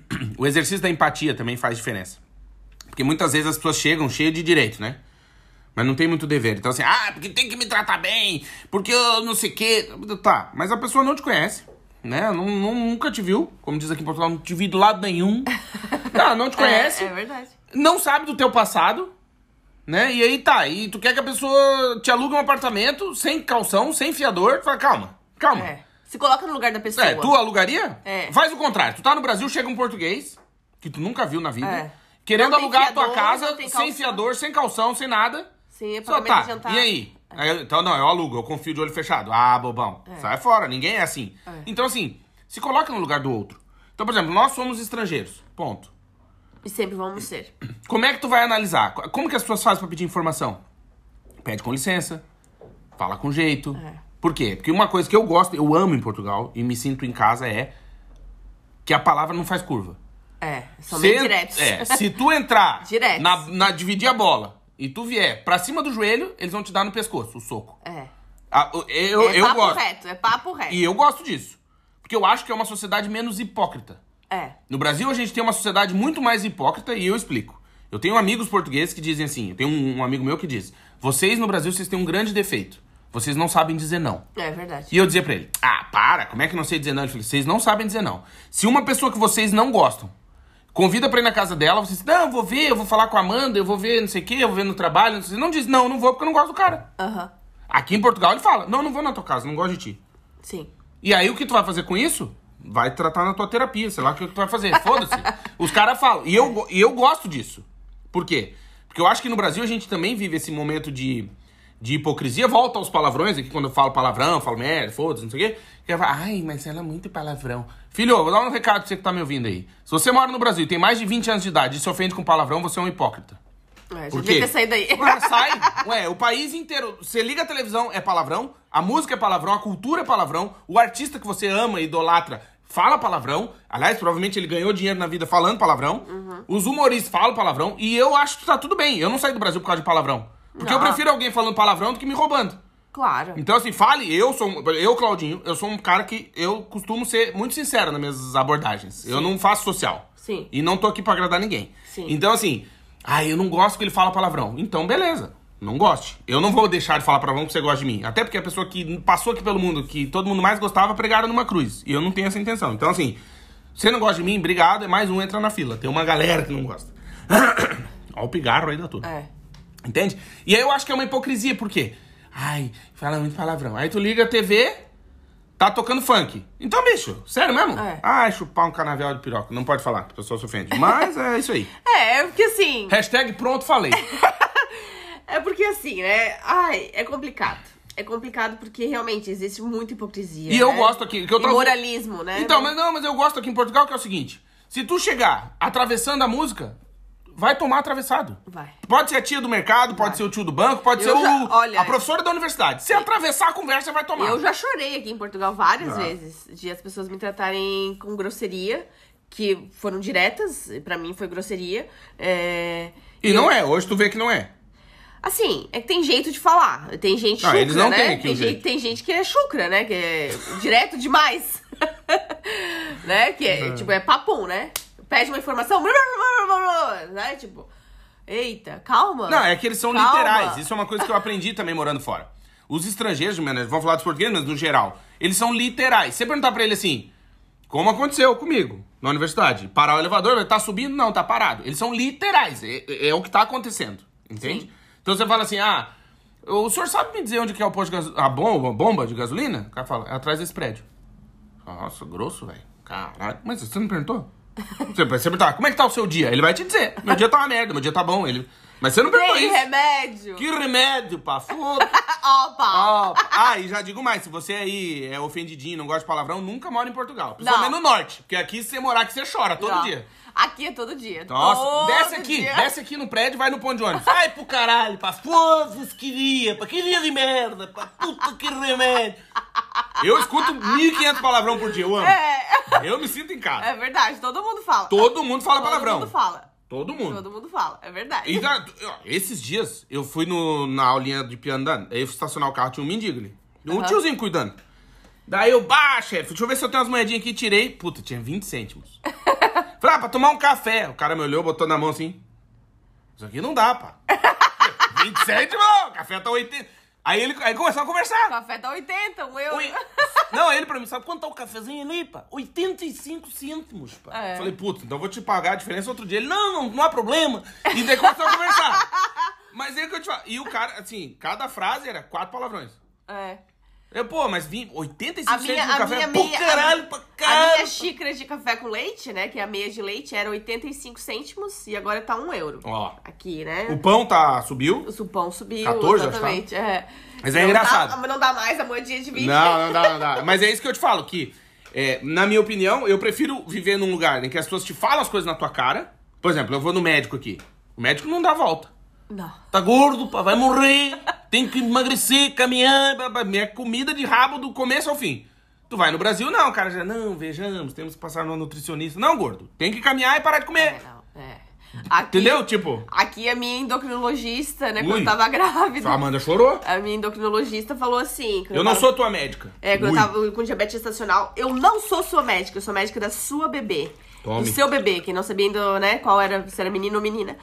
o exercício da empatia também faz diferença. Porque muitas vezes as pessoas chegam cheias de direito, né? Mas não tem muito dever. Então, assim, ah, porque tem que me tratar bem, porque eu não sei o quê. Tá, mas a pessoa não te conhece, né? Não, não, nunca te viu. Como diz aqui em Portugal, não te vi do lado nenhum. Não, não te conhece. É, é verdade. Não sabe do teu passado, né? E aí tá, e tu quer que a pessoa te alugue um apartamento sem calção, sem fiador. Tu fala, calma, calma. É. Se coloca no lugar da pessoa. É, tu alugaria? É. Faz o contrário. Tu tá no Brasil, chega um português, que tu nunca viu na vida, É. querendo Não tem alugar a tua fiador, casa não tem sem calção. fiador, sem calção, sem nada. Sim, é Só pagamento tá, de jantar. e aí? Aí eu- Então, não, eu alugo, eu confio de olho fechado. Ah, bobão, sai fora, ninguém é assim. É. Então, assim, se coloca no lugar do outro. Então, por exemplo, nós somos estrangeiros, ponto. E sempre vamos ser. Como é que tu vai analisar? Como que as pessoas fazem pra pedir informação? Pede com licença, fala com jeito. É. Por quê? Porque uma coisa que eu gosto, eu amo em Portugal e me sinto em casa é que a palavra não faz curva. É, são Se- bem diretos. É, se tu entrar Diretos. na, na dividir a bola e tu vier pra cima do joelho, eles vão te dar no pescoço, o soco. É. Ah, eu eu, é eu papo gosto. reto, é papo reto. E eu gosto disso. Porque eu acho que é uma sociedade menos hipócrita. É. No Brasil, a gente tem uma sociedade muito mais hipócrita e eu explico. Eu tenho amigos portugueses que dizem assim, eu tenho um, um amigo meu que diz, vocês no Brasil, vocês têm um grande defeito. Vocês não sabem dizer não. É verdade. E eu dizia pra ele, ah, para, como é que não sei dizer não? Ele falou, vocês não sabem dizer não. Se uma pessoa que vocês não gostam convida pra ir na casa dela, vocês dizem, não, eu vou ver, eu vou falar com a Amanda, eu vou ver não sei o quê, eu vou ver no trabalho. Você não diz, não, não vou porque eu não gosto do cara. Aham. Aqui em Portugal ele fala, não, não vou na tua casa, não gosto de ti. Sim. E aí o que tu vai fazer com isso? Vai tratar na tua terapia, sei lá o que tu vai fazer, foda-se. Os caras falam, e eu, go- e eu gosto disso. Por quê? Porque eu acho que no Brasil a gente também vive esse momento de, de hipocrisia, volta aos palavrões, aqui quando eu falo palavrão, eu falo merda, foda-se, não sei o quê. Que eu falo, ai, mas ela é muito palavrão. Filho, vou dar um recado pra você que tá me ouvindo aí. Se você mora no Brasil e tem mais de vinte anos de idade e se ofende com palavrão, você é um hipócrita. É, já Por devia quê? ter saído daí. Ué, sai. Ué, o país inteiro. Você liga a televisão, é palavrão. A música é palavrão, a cultura é palavrão. O artista que você ama e idolatra fala palavrão. Aliás, provavelmente ele ganhou dinheiro na vida falando palavrão. Uhum. Os humoristas falam palavrão. E eu acho que tá tudo bem. Eu não saí do Brasil por causa de palavrão. Porque Não. eu prefiro alguém falando palavrão do que me roubando. Claro. Então, assim, fale, eu sou, um- eu, Claudinho, eu sou um cara que eu costumo ser muito sincero nas minhas abordagens. Eu não faço social. Sim. E não tô aqui pra agradar ninguém. Sim. Então, assim, ah, eu não gosto que ele fala palavrão. Então, beleza. Não goste. Eu não vou deixar de falar palavrão porque você gosta de mim. Até porque a pessoa que passou aqui pelo mundo, que todo mundo mais gostava, pregaram numa cruz. E eu não tenho essa intenção. Então, assim, você não gosta de mim, obrigado, é mais um entra na fila. Tem uma galera que não gosta. Olha o pigarro aí da tudo. É. Entende? E aí eu acho que é uma hipocrisia, por quê? Ai, fala muito palavrão. Aí tu liga a T V, tá tocando funk. Então, bicho, sério mesmo? É. Ai, chupar um canavial de piroca. Não pode falar, a pessoa se ofende. Mas é isso aí. É, é porque assim. Hashtag pronto, falei. É porque assim, né? Ai, é complicado. É complicado porque realmente existe muita hipocrisia. E eu né? gosto aqui... Que eu E tava- moralismo, né? Então, mas não, mas eu gosto aqui em Portugal que é o seguinte. Se tu chegar atravessando a música, vai tomar atravessado. Vai. Pode ser a tia do mercado, pode Vai. ser o tio do banco, pode Eu ser já- o, olha, a professora da universidade. Se atravessar a conversa, vai tomar. Eu já chorei aqui em Portugal várias Ah. vezes de as pessoas me tratarem com grosseria, que foram diretas, e pra mim foi grosseria. É... E não é, hoje tu vê que não é. Assim, é que tem jeito de falar. Tem gente Ah, chucra, eles não né? têm aqui tem, o gente, jeito. tem gente que é chucra, né? Que é direto demais. né? Que é, tipo, é papum, né? Pede uma informação, blá, blá, blá, blá, né? Tipo, eita, calma. Não, é que eles são Calma. literais. Isso é uma coisa que eu aprendi também morando fora. Os estrangeiros, mano, vão falar dos portugueses, mas no geral, eles são literais. Você perguntar pra ele assim, como aconteceu comigo na universidade, parar o elevador, vai tá subindo? Não, tá parado. Eles são literais, é, é- é o que tá acontecendo, entende? Sim. Então você fala assim, ah, o senhor sabe me dizer onde que é o posto de gasolina, a bomba, a bomba de gasolina? O cara fala, é atrás desse prédio. Nossa, grosso, velho. Caralho, mas você não perguntou? Você, você perguntar, como é que tá o seu dia? Ele vai te dizer, meu dia tá uma merda, meu dia tá bom. Ele... Mas você não perguntou Tem isso. remédio. Que remédio, pá, foda. Opa! Ó, ah, e já digo mais, se você aí é ofendidinho, não gosta de palavrão, nunca mora em Portugal. Principalmente Não. no norte, porque aqui se você morar aqui, você chora todo Não. dia. Aqui é todo dia. Nossa, todo desce aqui, dia. desce aqui no prédio e vai no ponto de ônibus. Vai pro caralho, pá, foda-se, queria, pá, queria de merda, pá, puta que remédio. Eu escuto mil e quinhentos palavrão por dia, eu amo. É, Eu me sinto em casa. é verdade, todo mundo fala. Todo mundo fala Todo palavrão. mundo fala. Todo mundo. Todo mundo fala, é verdade. E, tá, ó, esses dias, eu fui no, na aulinha de piano dando, aí eu fui estacionar o carro, tinha um mendigo ali. Um Aham. tiozinho cuidando. Daí eu, bah, chefe, deixa eu ver se eu tenho umas moedinhas aqui, tirei. Puta, tinha vinte cêntimos. Falei, ah, pra tomar um café. O cara me olhou, botou na mão assim. Isso aqui não dá, pá. vinte cêntimos, o café tá oitenta. Aí ele aí começou a O conversar. café tá oitenta, um euro. Oi. Não, aí ele pra mim, sabe quanto tá o cafezinho ali, pá? oitenta e cinco cêntimos, pá. É. Falei, puta, então eu vou te pagar a diferença outro dia. Ele, não, não, não há problema. E daí começou a conversar. Mas aí que eu te falo. E o cara, assim, cada frase era quatro palavrões. É. Eu, pô, mas vim oitenta e A cinco minha, cêntimos no a café. minha Pô, meia, caralho, pra a, caralho. a minha xícara de café com leite, né, que é a meia de leite, era oitenta e cinco cêntimos e agora tá um euro. Ó. Aqui, né? O pão tá, subiu. O supão subiu, quatorze, acho que tá. exatamente. É. Mas é Não engraçado. Dá, mas não dá mais a moedinha de vinte. Não, não dá, não dá. Mas é isso que eu te falo, que, é, na minha opinião, eu prefiro viver num lugar em que as pessoas te falam as coisas na tua cara. Por exemplo, eu vou no médico aqui. O médico não dá volta. Não. Tá gordo, pá, vai morrer. Tem que emagrecer, caminhar. Blá, blá, minha comida de rabo do começo ao fim. Tu vai no Brasil, não, cara, já, não, vejamos, temos que passar no nutricionista. Não, gordo, tem que caminhar e parar de comer. É, não. É. Aqui, Entendeu? Tipo, Aqui a minha endocrinologista, né, Ui. quando eu tava grávida, a Amanda chorou. a minha endocrinologista falou assim... quando Eu não tava- sou tua médica. É, quando Ui. eu tava com diabetes gestacional, eu não sou sua médica, eu sou médica da sua bebê. Tome. Do seu bebê, que não sabia ainda, né, qual era, se era menino ou menina.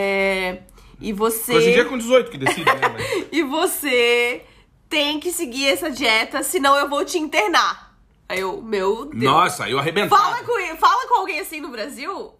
É, e você... Hoje em dia é com dezoito que decide, né? Mas... E você tem que seguir essa dieta, senão eu vou te internar. Aí eu, meu Deus. Nossa, eu arrebentava. Fala com, fala com alguém assim no Brasil,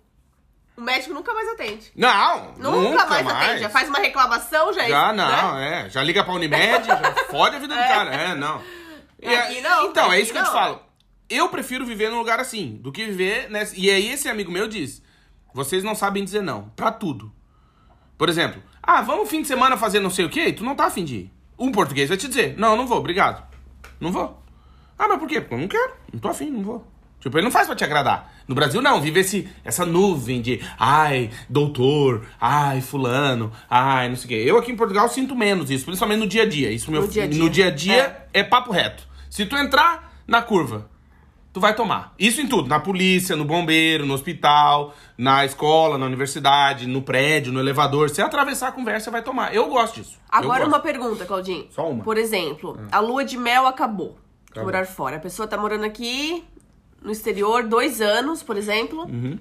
o médico nunca mais atende. Não, Nunca, nunca mais, atende. Já faz uma reclamação, já... Já né? não, é. Já liga pra Unimed, já fode a vida do cara. É, não. E Aqui é- não, Então, é aqui isso que eu te não. falo. Eu prefiro viver num lugar assim, do que viver nessa... E aí esse amigo meu diz, vocês não sabem dizer não, pra tudo. Por exemplo, ah, vamos fim de semana fazer não sei o quê? Tu não tá afim de ir. Um português vai te dizer, não, não vou, obrigado. Não vou. Ah, mas por quê? Porque eu não quero, não tô afim, não vou. Tipo, ele não faz pra te agradar. No Brasil, não, vive esse, essa nuvem de, ai, doutor, ai, fulano, ai, não sei o quê. Eu aqui em Portugal sinto menos isso, principalmente no dia a dia. Isso meu, No dia a dia. no dia a dia é. papo reto. Se tu entrar na curva, tu vai tomar. Isso em tudo, na polícia, no bombeiro, no hospital, na escola, na universidade, no prédio, no elevador. Se atravessar a conversa, você vai tomar. Eu gosto disso. Eu Agora gosto. uma pergunta, Claudinho. Só uma. Por exemplo, a lua de mel acabou. Acabou. Morar fora. A pessoa tá morando aqui no exterior dois anos, por exemplo. Uhum.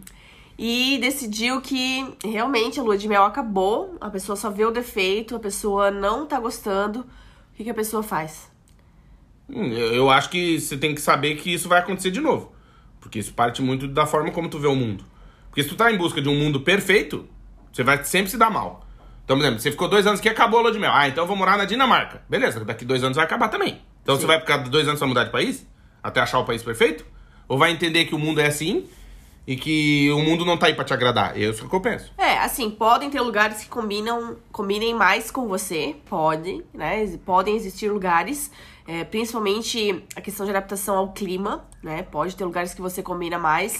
E decidiu que realmente a lua de mel acabou. A pessoa só vê o defeito, a pessoa não tá gostando. O que, que a pessoa faz? Hum, Eu eu acho que você tem que saber que isso vai acontecer de novo. Porque isso parte muito da forma como tu vê o mundo. Porque se tu tá em busca de um mundo perfeito, você vai sempre se dar mal. Então, por exemplo, você ficou dois anos que acabou a lua de mel. Ah, então eu vou morar na Dinamarca. Beleza, daqui dois anos vai acabar também. Então Sim. você vai ficar dois anos pra mudar de país? Até achar o país perfeito? Ou vai entender que o mundo é assim e que o mundo não tá aí pra te agradar? É isso que eu penso. É, assim, podem ter lugares que combinam, combinem mais com você, pode, né? Ex- Podem existir lugares, é, principalmente a questão de adaptação ao clima, né? Pode ter lugares que você combina mais.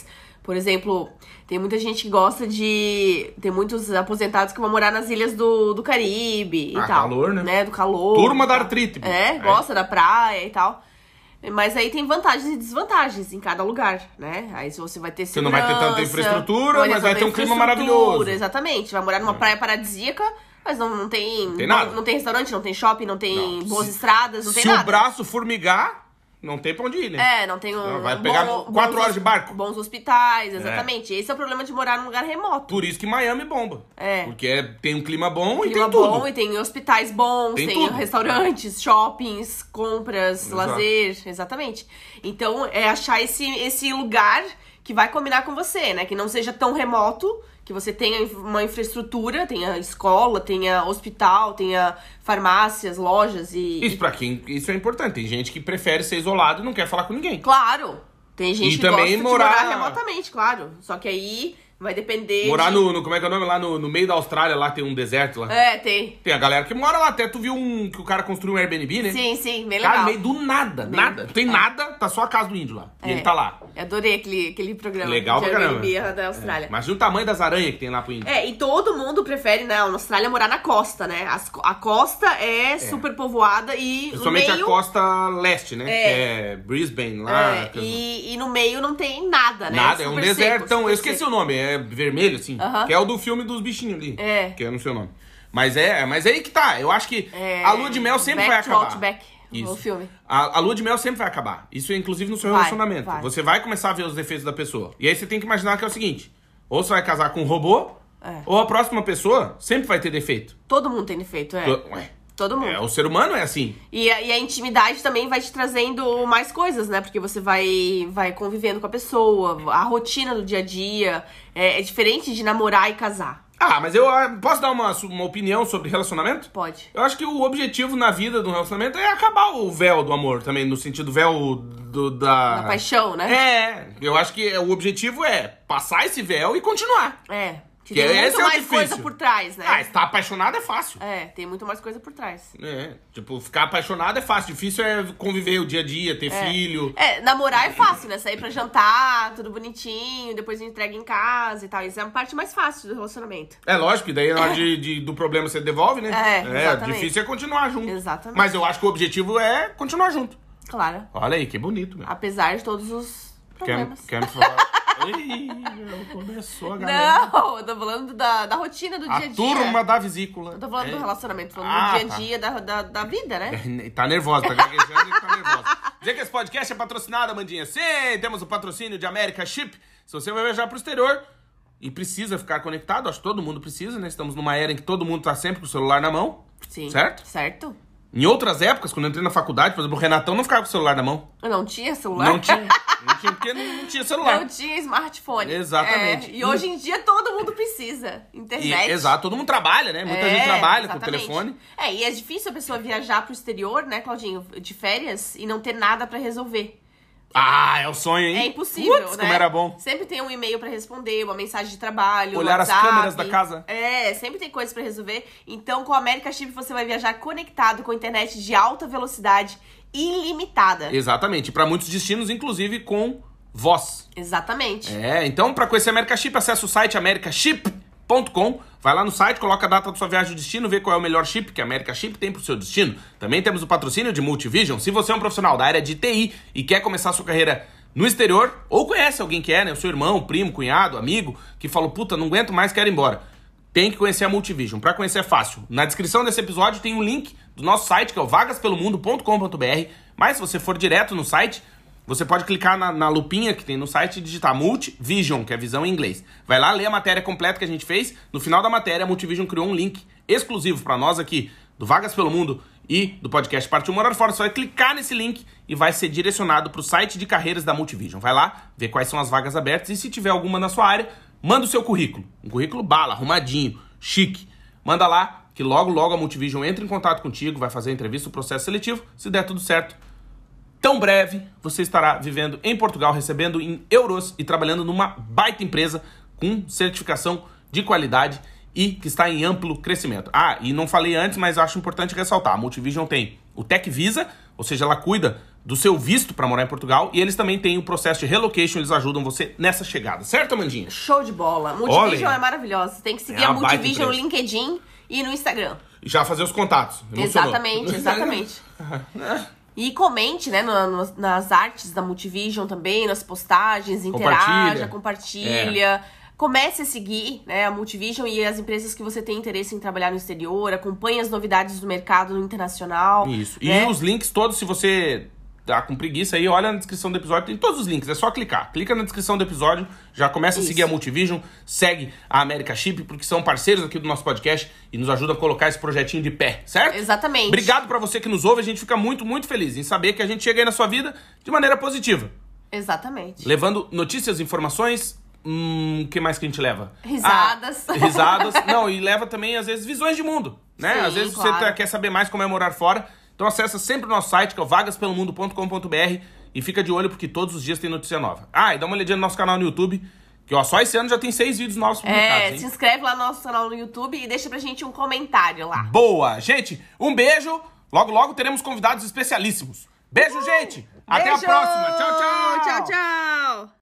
Por exemplo, tem muita gente que gosta de... Tem muitos aposentados que vão morar nas ilhas do, do Caribe e Ah, tal. calor, né? Do calor. Turma da artrite. É, gosta da praia e tal. Mas aí tem vantagens e desvantagens em cada lugar, né? Aí se você vai ter Você não segurança... vai ter tanta infraestrutura, vai mas vai ter um clima infraestrutura, maravilhoso. Exatamente. Vai morar numa praia paradisíaca, mas não, não tem... Tem não, nada. não tem restaurante, não tem shopping, não tem Não. boas Se- estradas, não tem Se nada. o braço formigar, não tem pra onde ir, né? É, não tem um... Vai pegar quatro bons- horas de barco. Bons hospitais, exatamente. Esse é o problema de morar num lugar remoto. Por isso que Miami bomba. É. Porque é- tem um clima bom e Clima tem tudo. bom e tem hospitais bons, Tem tem, tudo. restaurantes, shoppings, compras, Exato. lazer, exatamente. Então, é achar esse, esse lugar que vai combinar com você, né? Que não seja tão remoto, que você tenha uma infraestrutura, tenha escola, tenha hospital, tenha farmácias, lojas e... Isso pra quem... Isso é importante. Tem gente que prefere ser isolado e não quer falar com ninguém. Claro! Tem gente E que também gosta morar- de morar remotamente, claro. Só que aí vai depender Morar de... no, no... Como é que é o nome? Lá no, no meio da Austrália, lá tem um deserto lá. É, tem. Tem a galera que mora lá. Até tu viu um... Que o cara construiu um Airbnb, né? Sim, sim, bem Cara, legal. no meio do nada. Bem- Nada. Não tem é. nada. Tá só a casa do índio lá. E É. ele tá lá. Eu adorei aquele, aquele programa. Legal de pra caramba. Airbnb da Austrália. Imagina o tamanho das aranhas que tem lá pro índio. É, e todo mundo prefere, né, na Austrália morar na costa, né? As co- a costa é, super povoada e Principalmente no meio... a costa leste, né? É. Que é Brisbane lá. É, que- e, e no meio não tem nada, né? Nada, é um Super desertão. seco, super Eu esqueci seco. o nome, é vermelho, assim. Aham. Que é o do filme dos bichinhos ali. É. Que eu não sei o nome. Mas é, mas é aí que tá. Eu acho que É, a lua de mel sempre Back vai to acabar. Outback, Isso. o filme. A, a lua de mel sempre vai acabar. Isso é inclusive no seu Vai, relacionamento. vai. Você vai começar a ver os defeitos da pessoa. E aí você tem que imaginar que é o seguinte: ou você vai casar com um robô, É. ou a próxima pessoa sempre vai ter defeito. Todo mundo tem defeito, é. To- Ué, Todo mundo. é, o ser humano é assim. E a, e a intimidade também vai te trazendo mais coisas, né? Porque você vai, vai convivendo com a pessoa, a rotina do dia a dia. É, é diferente de namorar e casar. Ah, mas eu ah, posso dar uma, uma opinião sobre relacionamento? Pode. Eu acho que o objetivo na vida do relacionamento é acabar o véu do amor também, no sentido véu do, da... Da paixão, né? É, eu acho que o objetivo é passar esse véu e continuar. É. Que Que tem esse muito é o mais difícil. coisa por trás, né? Ah, estar apaixonado é fácil. É, tem muito mais coisa por trás. É, tipo, ficar apaixonado é fácil. Difícil é conviver o dia a dia, ter filho. É, namorar é fácil, né? Sair pra jantar, tudo bonitinho, depois entrega em casa e tal. Isso é a parte mais fácil do relacionamento. É lógico, e daí na hora de, de- do problema você devolve, né? É, exatamente. difícil é continuar junto. Exatamente. Mas eu acho que o objetivo é continuar junto. Claro. Olha aí, que bonito, meu. Apesar de todos os Quer, problemas. quer me falar? Ih, meu, começou a galera. Não, eu tô falando da, da rotina do dia a A dia. turma da vesícula. Eu tô falando É. do relacionamento, falando Ah, do dia a tá. dia da, da, da vida, né? Tá nervosa, tá gaguejando e tá nervosa. Dizer que esse podcast é patrocinado, Amandinha. Sim, temos o patrocínio de America Chip. Se você vai viajar pro exterior e precisa ficar conectado, acho que todo mundo precisa, né? Estamos numa era em que todo mundo tá sempre com o celular na mão. Sim. Certo? Certo. Em outras épocas, quando eu entrei na faculdade, por exemplo, o Renatão não ficava com o celular na mão. Eu não tinha celular. Não tinha. Não tinha, porque não, não tinha celular. Não tinha smartphone. Exatamente. É, e hoje em dia todo mundo precisa. E, Internet. exato, todo mundo trabalha, né? Muita É, gente trabalha com o exatamente. telefone. É, e é difícil a pessoa viajar pro exterior, né, Claudinho, de férias e não ter nada pra resolver. Ah, é o sonho, hein? É impossível, Putz, né? como era bom. Sempre tem um e-mail pra responder, uma mensagem de trabalho, Olhar as WhatsApp. câmeras da casa. É, sempre tem coisa pra resolver. Então, com a América Chip, você vai viajar conectado com internet de alta velocidade ilimitada. Exatamente. Para muitos destinos, inclusive com voz. Exatamente. É, então para conhecer a America Chip, acesse o site america chip ponto com. Vai lá no site, coloca a data da sua viagem de destino, vê qual é o melhor chip que a America Chip tem pro seu destino. Também temos o patrocínio de Multivision. Se você é um profissional da área de T I e quer começar a sua carreira no exterior, ou conhece alguém que é, né? O seu irmão, primo, cunhado, amigo, que falou, puta, não aguento mais, quero ir embora. Tem que conhecer a Multivision. Para conhecer é fácil. Na descrição desse episódio tem um link do nosso site, que é o vagas pelo mundo ponto com ponto b r. Mas se você for direto no site, você pode clicar na, na lupinha que tem no site e digitar Multivision, que é visão em inglês. Vai lá, ler a matéria completa que a gente fez. No final da matéria, a Multivision criou um link exclusivo para nós aqui, do Vagas pelo Mundo e do podcast Partiu Morar Fora. Você vai clicar nesse link e vai ser direcionado para o site de carreiras da Multivision. Vai lá, ver quais são as vagas abertas e se tiver alguma na sua área, manda o seu currículo. Um currículo bala, arrumadinho, chique. Manda lá, que logo, logo a Multivision entra em contato contigo, vai fazer a entrevista, o processo seletivo. Se der tudo certo, tão breve você estará vivendo em Portugal, recebendo em euros e trabalhando numa baita empresa com certificação de qualidade e que está em amplo crescimento. Ah, e não falei antes, mas acho importante ressaltar, a Multivision tem o Tech Visa, ou seja, ela cuida do seu visto pra morar em Portugal. E eles também têm o processo de relocation, eles ajudam você nessa chegada. Certo, Amandinha? Show de bola. Multivision Olha. é maravilhosa. Você tem que seguir É a uma baita Multivision no empresa. LinkedIn e no Instagram. E já fazer os contatos. Emocionou. Exatamente, exatamente. E comente, né, no- no- nas artes da Multivision também, nas postagens, interaja, Compartilha. compartilha. Comece a seguir, né, a Multivision e as empresas que você tem interesse em trabalhar no exterior, acompanhe as novidades do mercado internacional. Isso. né? E os links todos, se você tá com preguiça aí, olha na descrição do episódio, tem todos os links, é só clicar. Clica na descrição do episódio, já começa a Isso. seguir a Multivision, segue a America Chip, porque são parceiros aqui do nosso podcast e nos ajudam a colocar esse projetinho de pé, certo? Exatamente. Obrigado pra você que nos ouve, a gente fica muito, muito feliz em saber que a gente chega aí na sua vida de maneira positiva. Exatamente. Levando notícias, informações, hum, o que mais que a gente leva? Risadas. Ah, risadas. Não, e leva também, às vezes, visões de mundo, né? Sim, às vezes claro. você tá- quer saber mais como é morar fora, então acessa sempre o nosso site, que é o vagas pelo mundo ponto com ponto b r, e fica de olho, porque todos os dias tem notícia nova. Ah, e dá uma olhadinha no nosso canal no YouTube, que ó, só esse ano já tem seis vídeos novos publicados, É, hein? se inscreve lá no nosso canal no YouTube e deixa pra gente um comentário lá. Boa! Gente, um beijo. Logo, logo teremos convidados especialíssimos. Beijo, gente! Até a Beijo! próxima. Tchau, tchau! Tchau, tchau!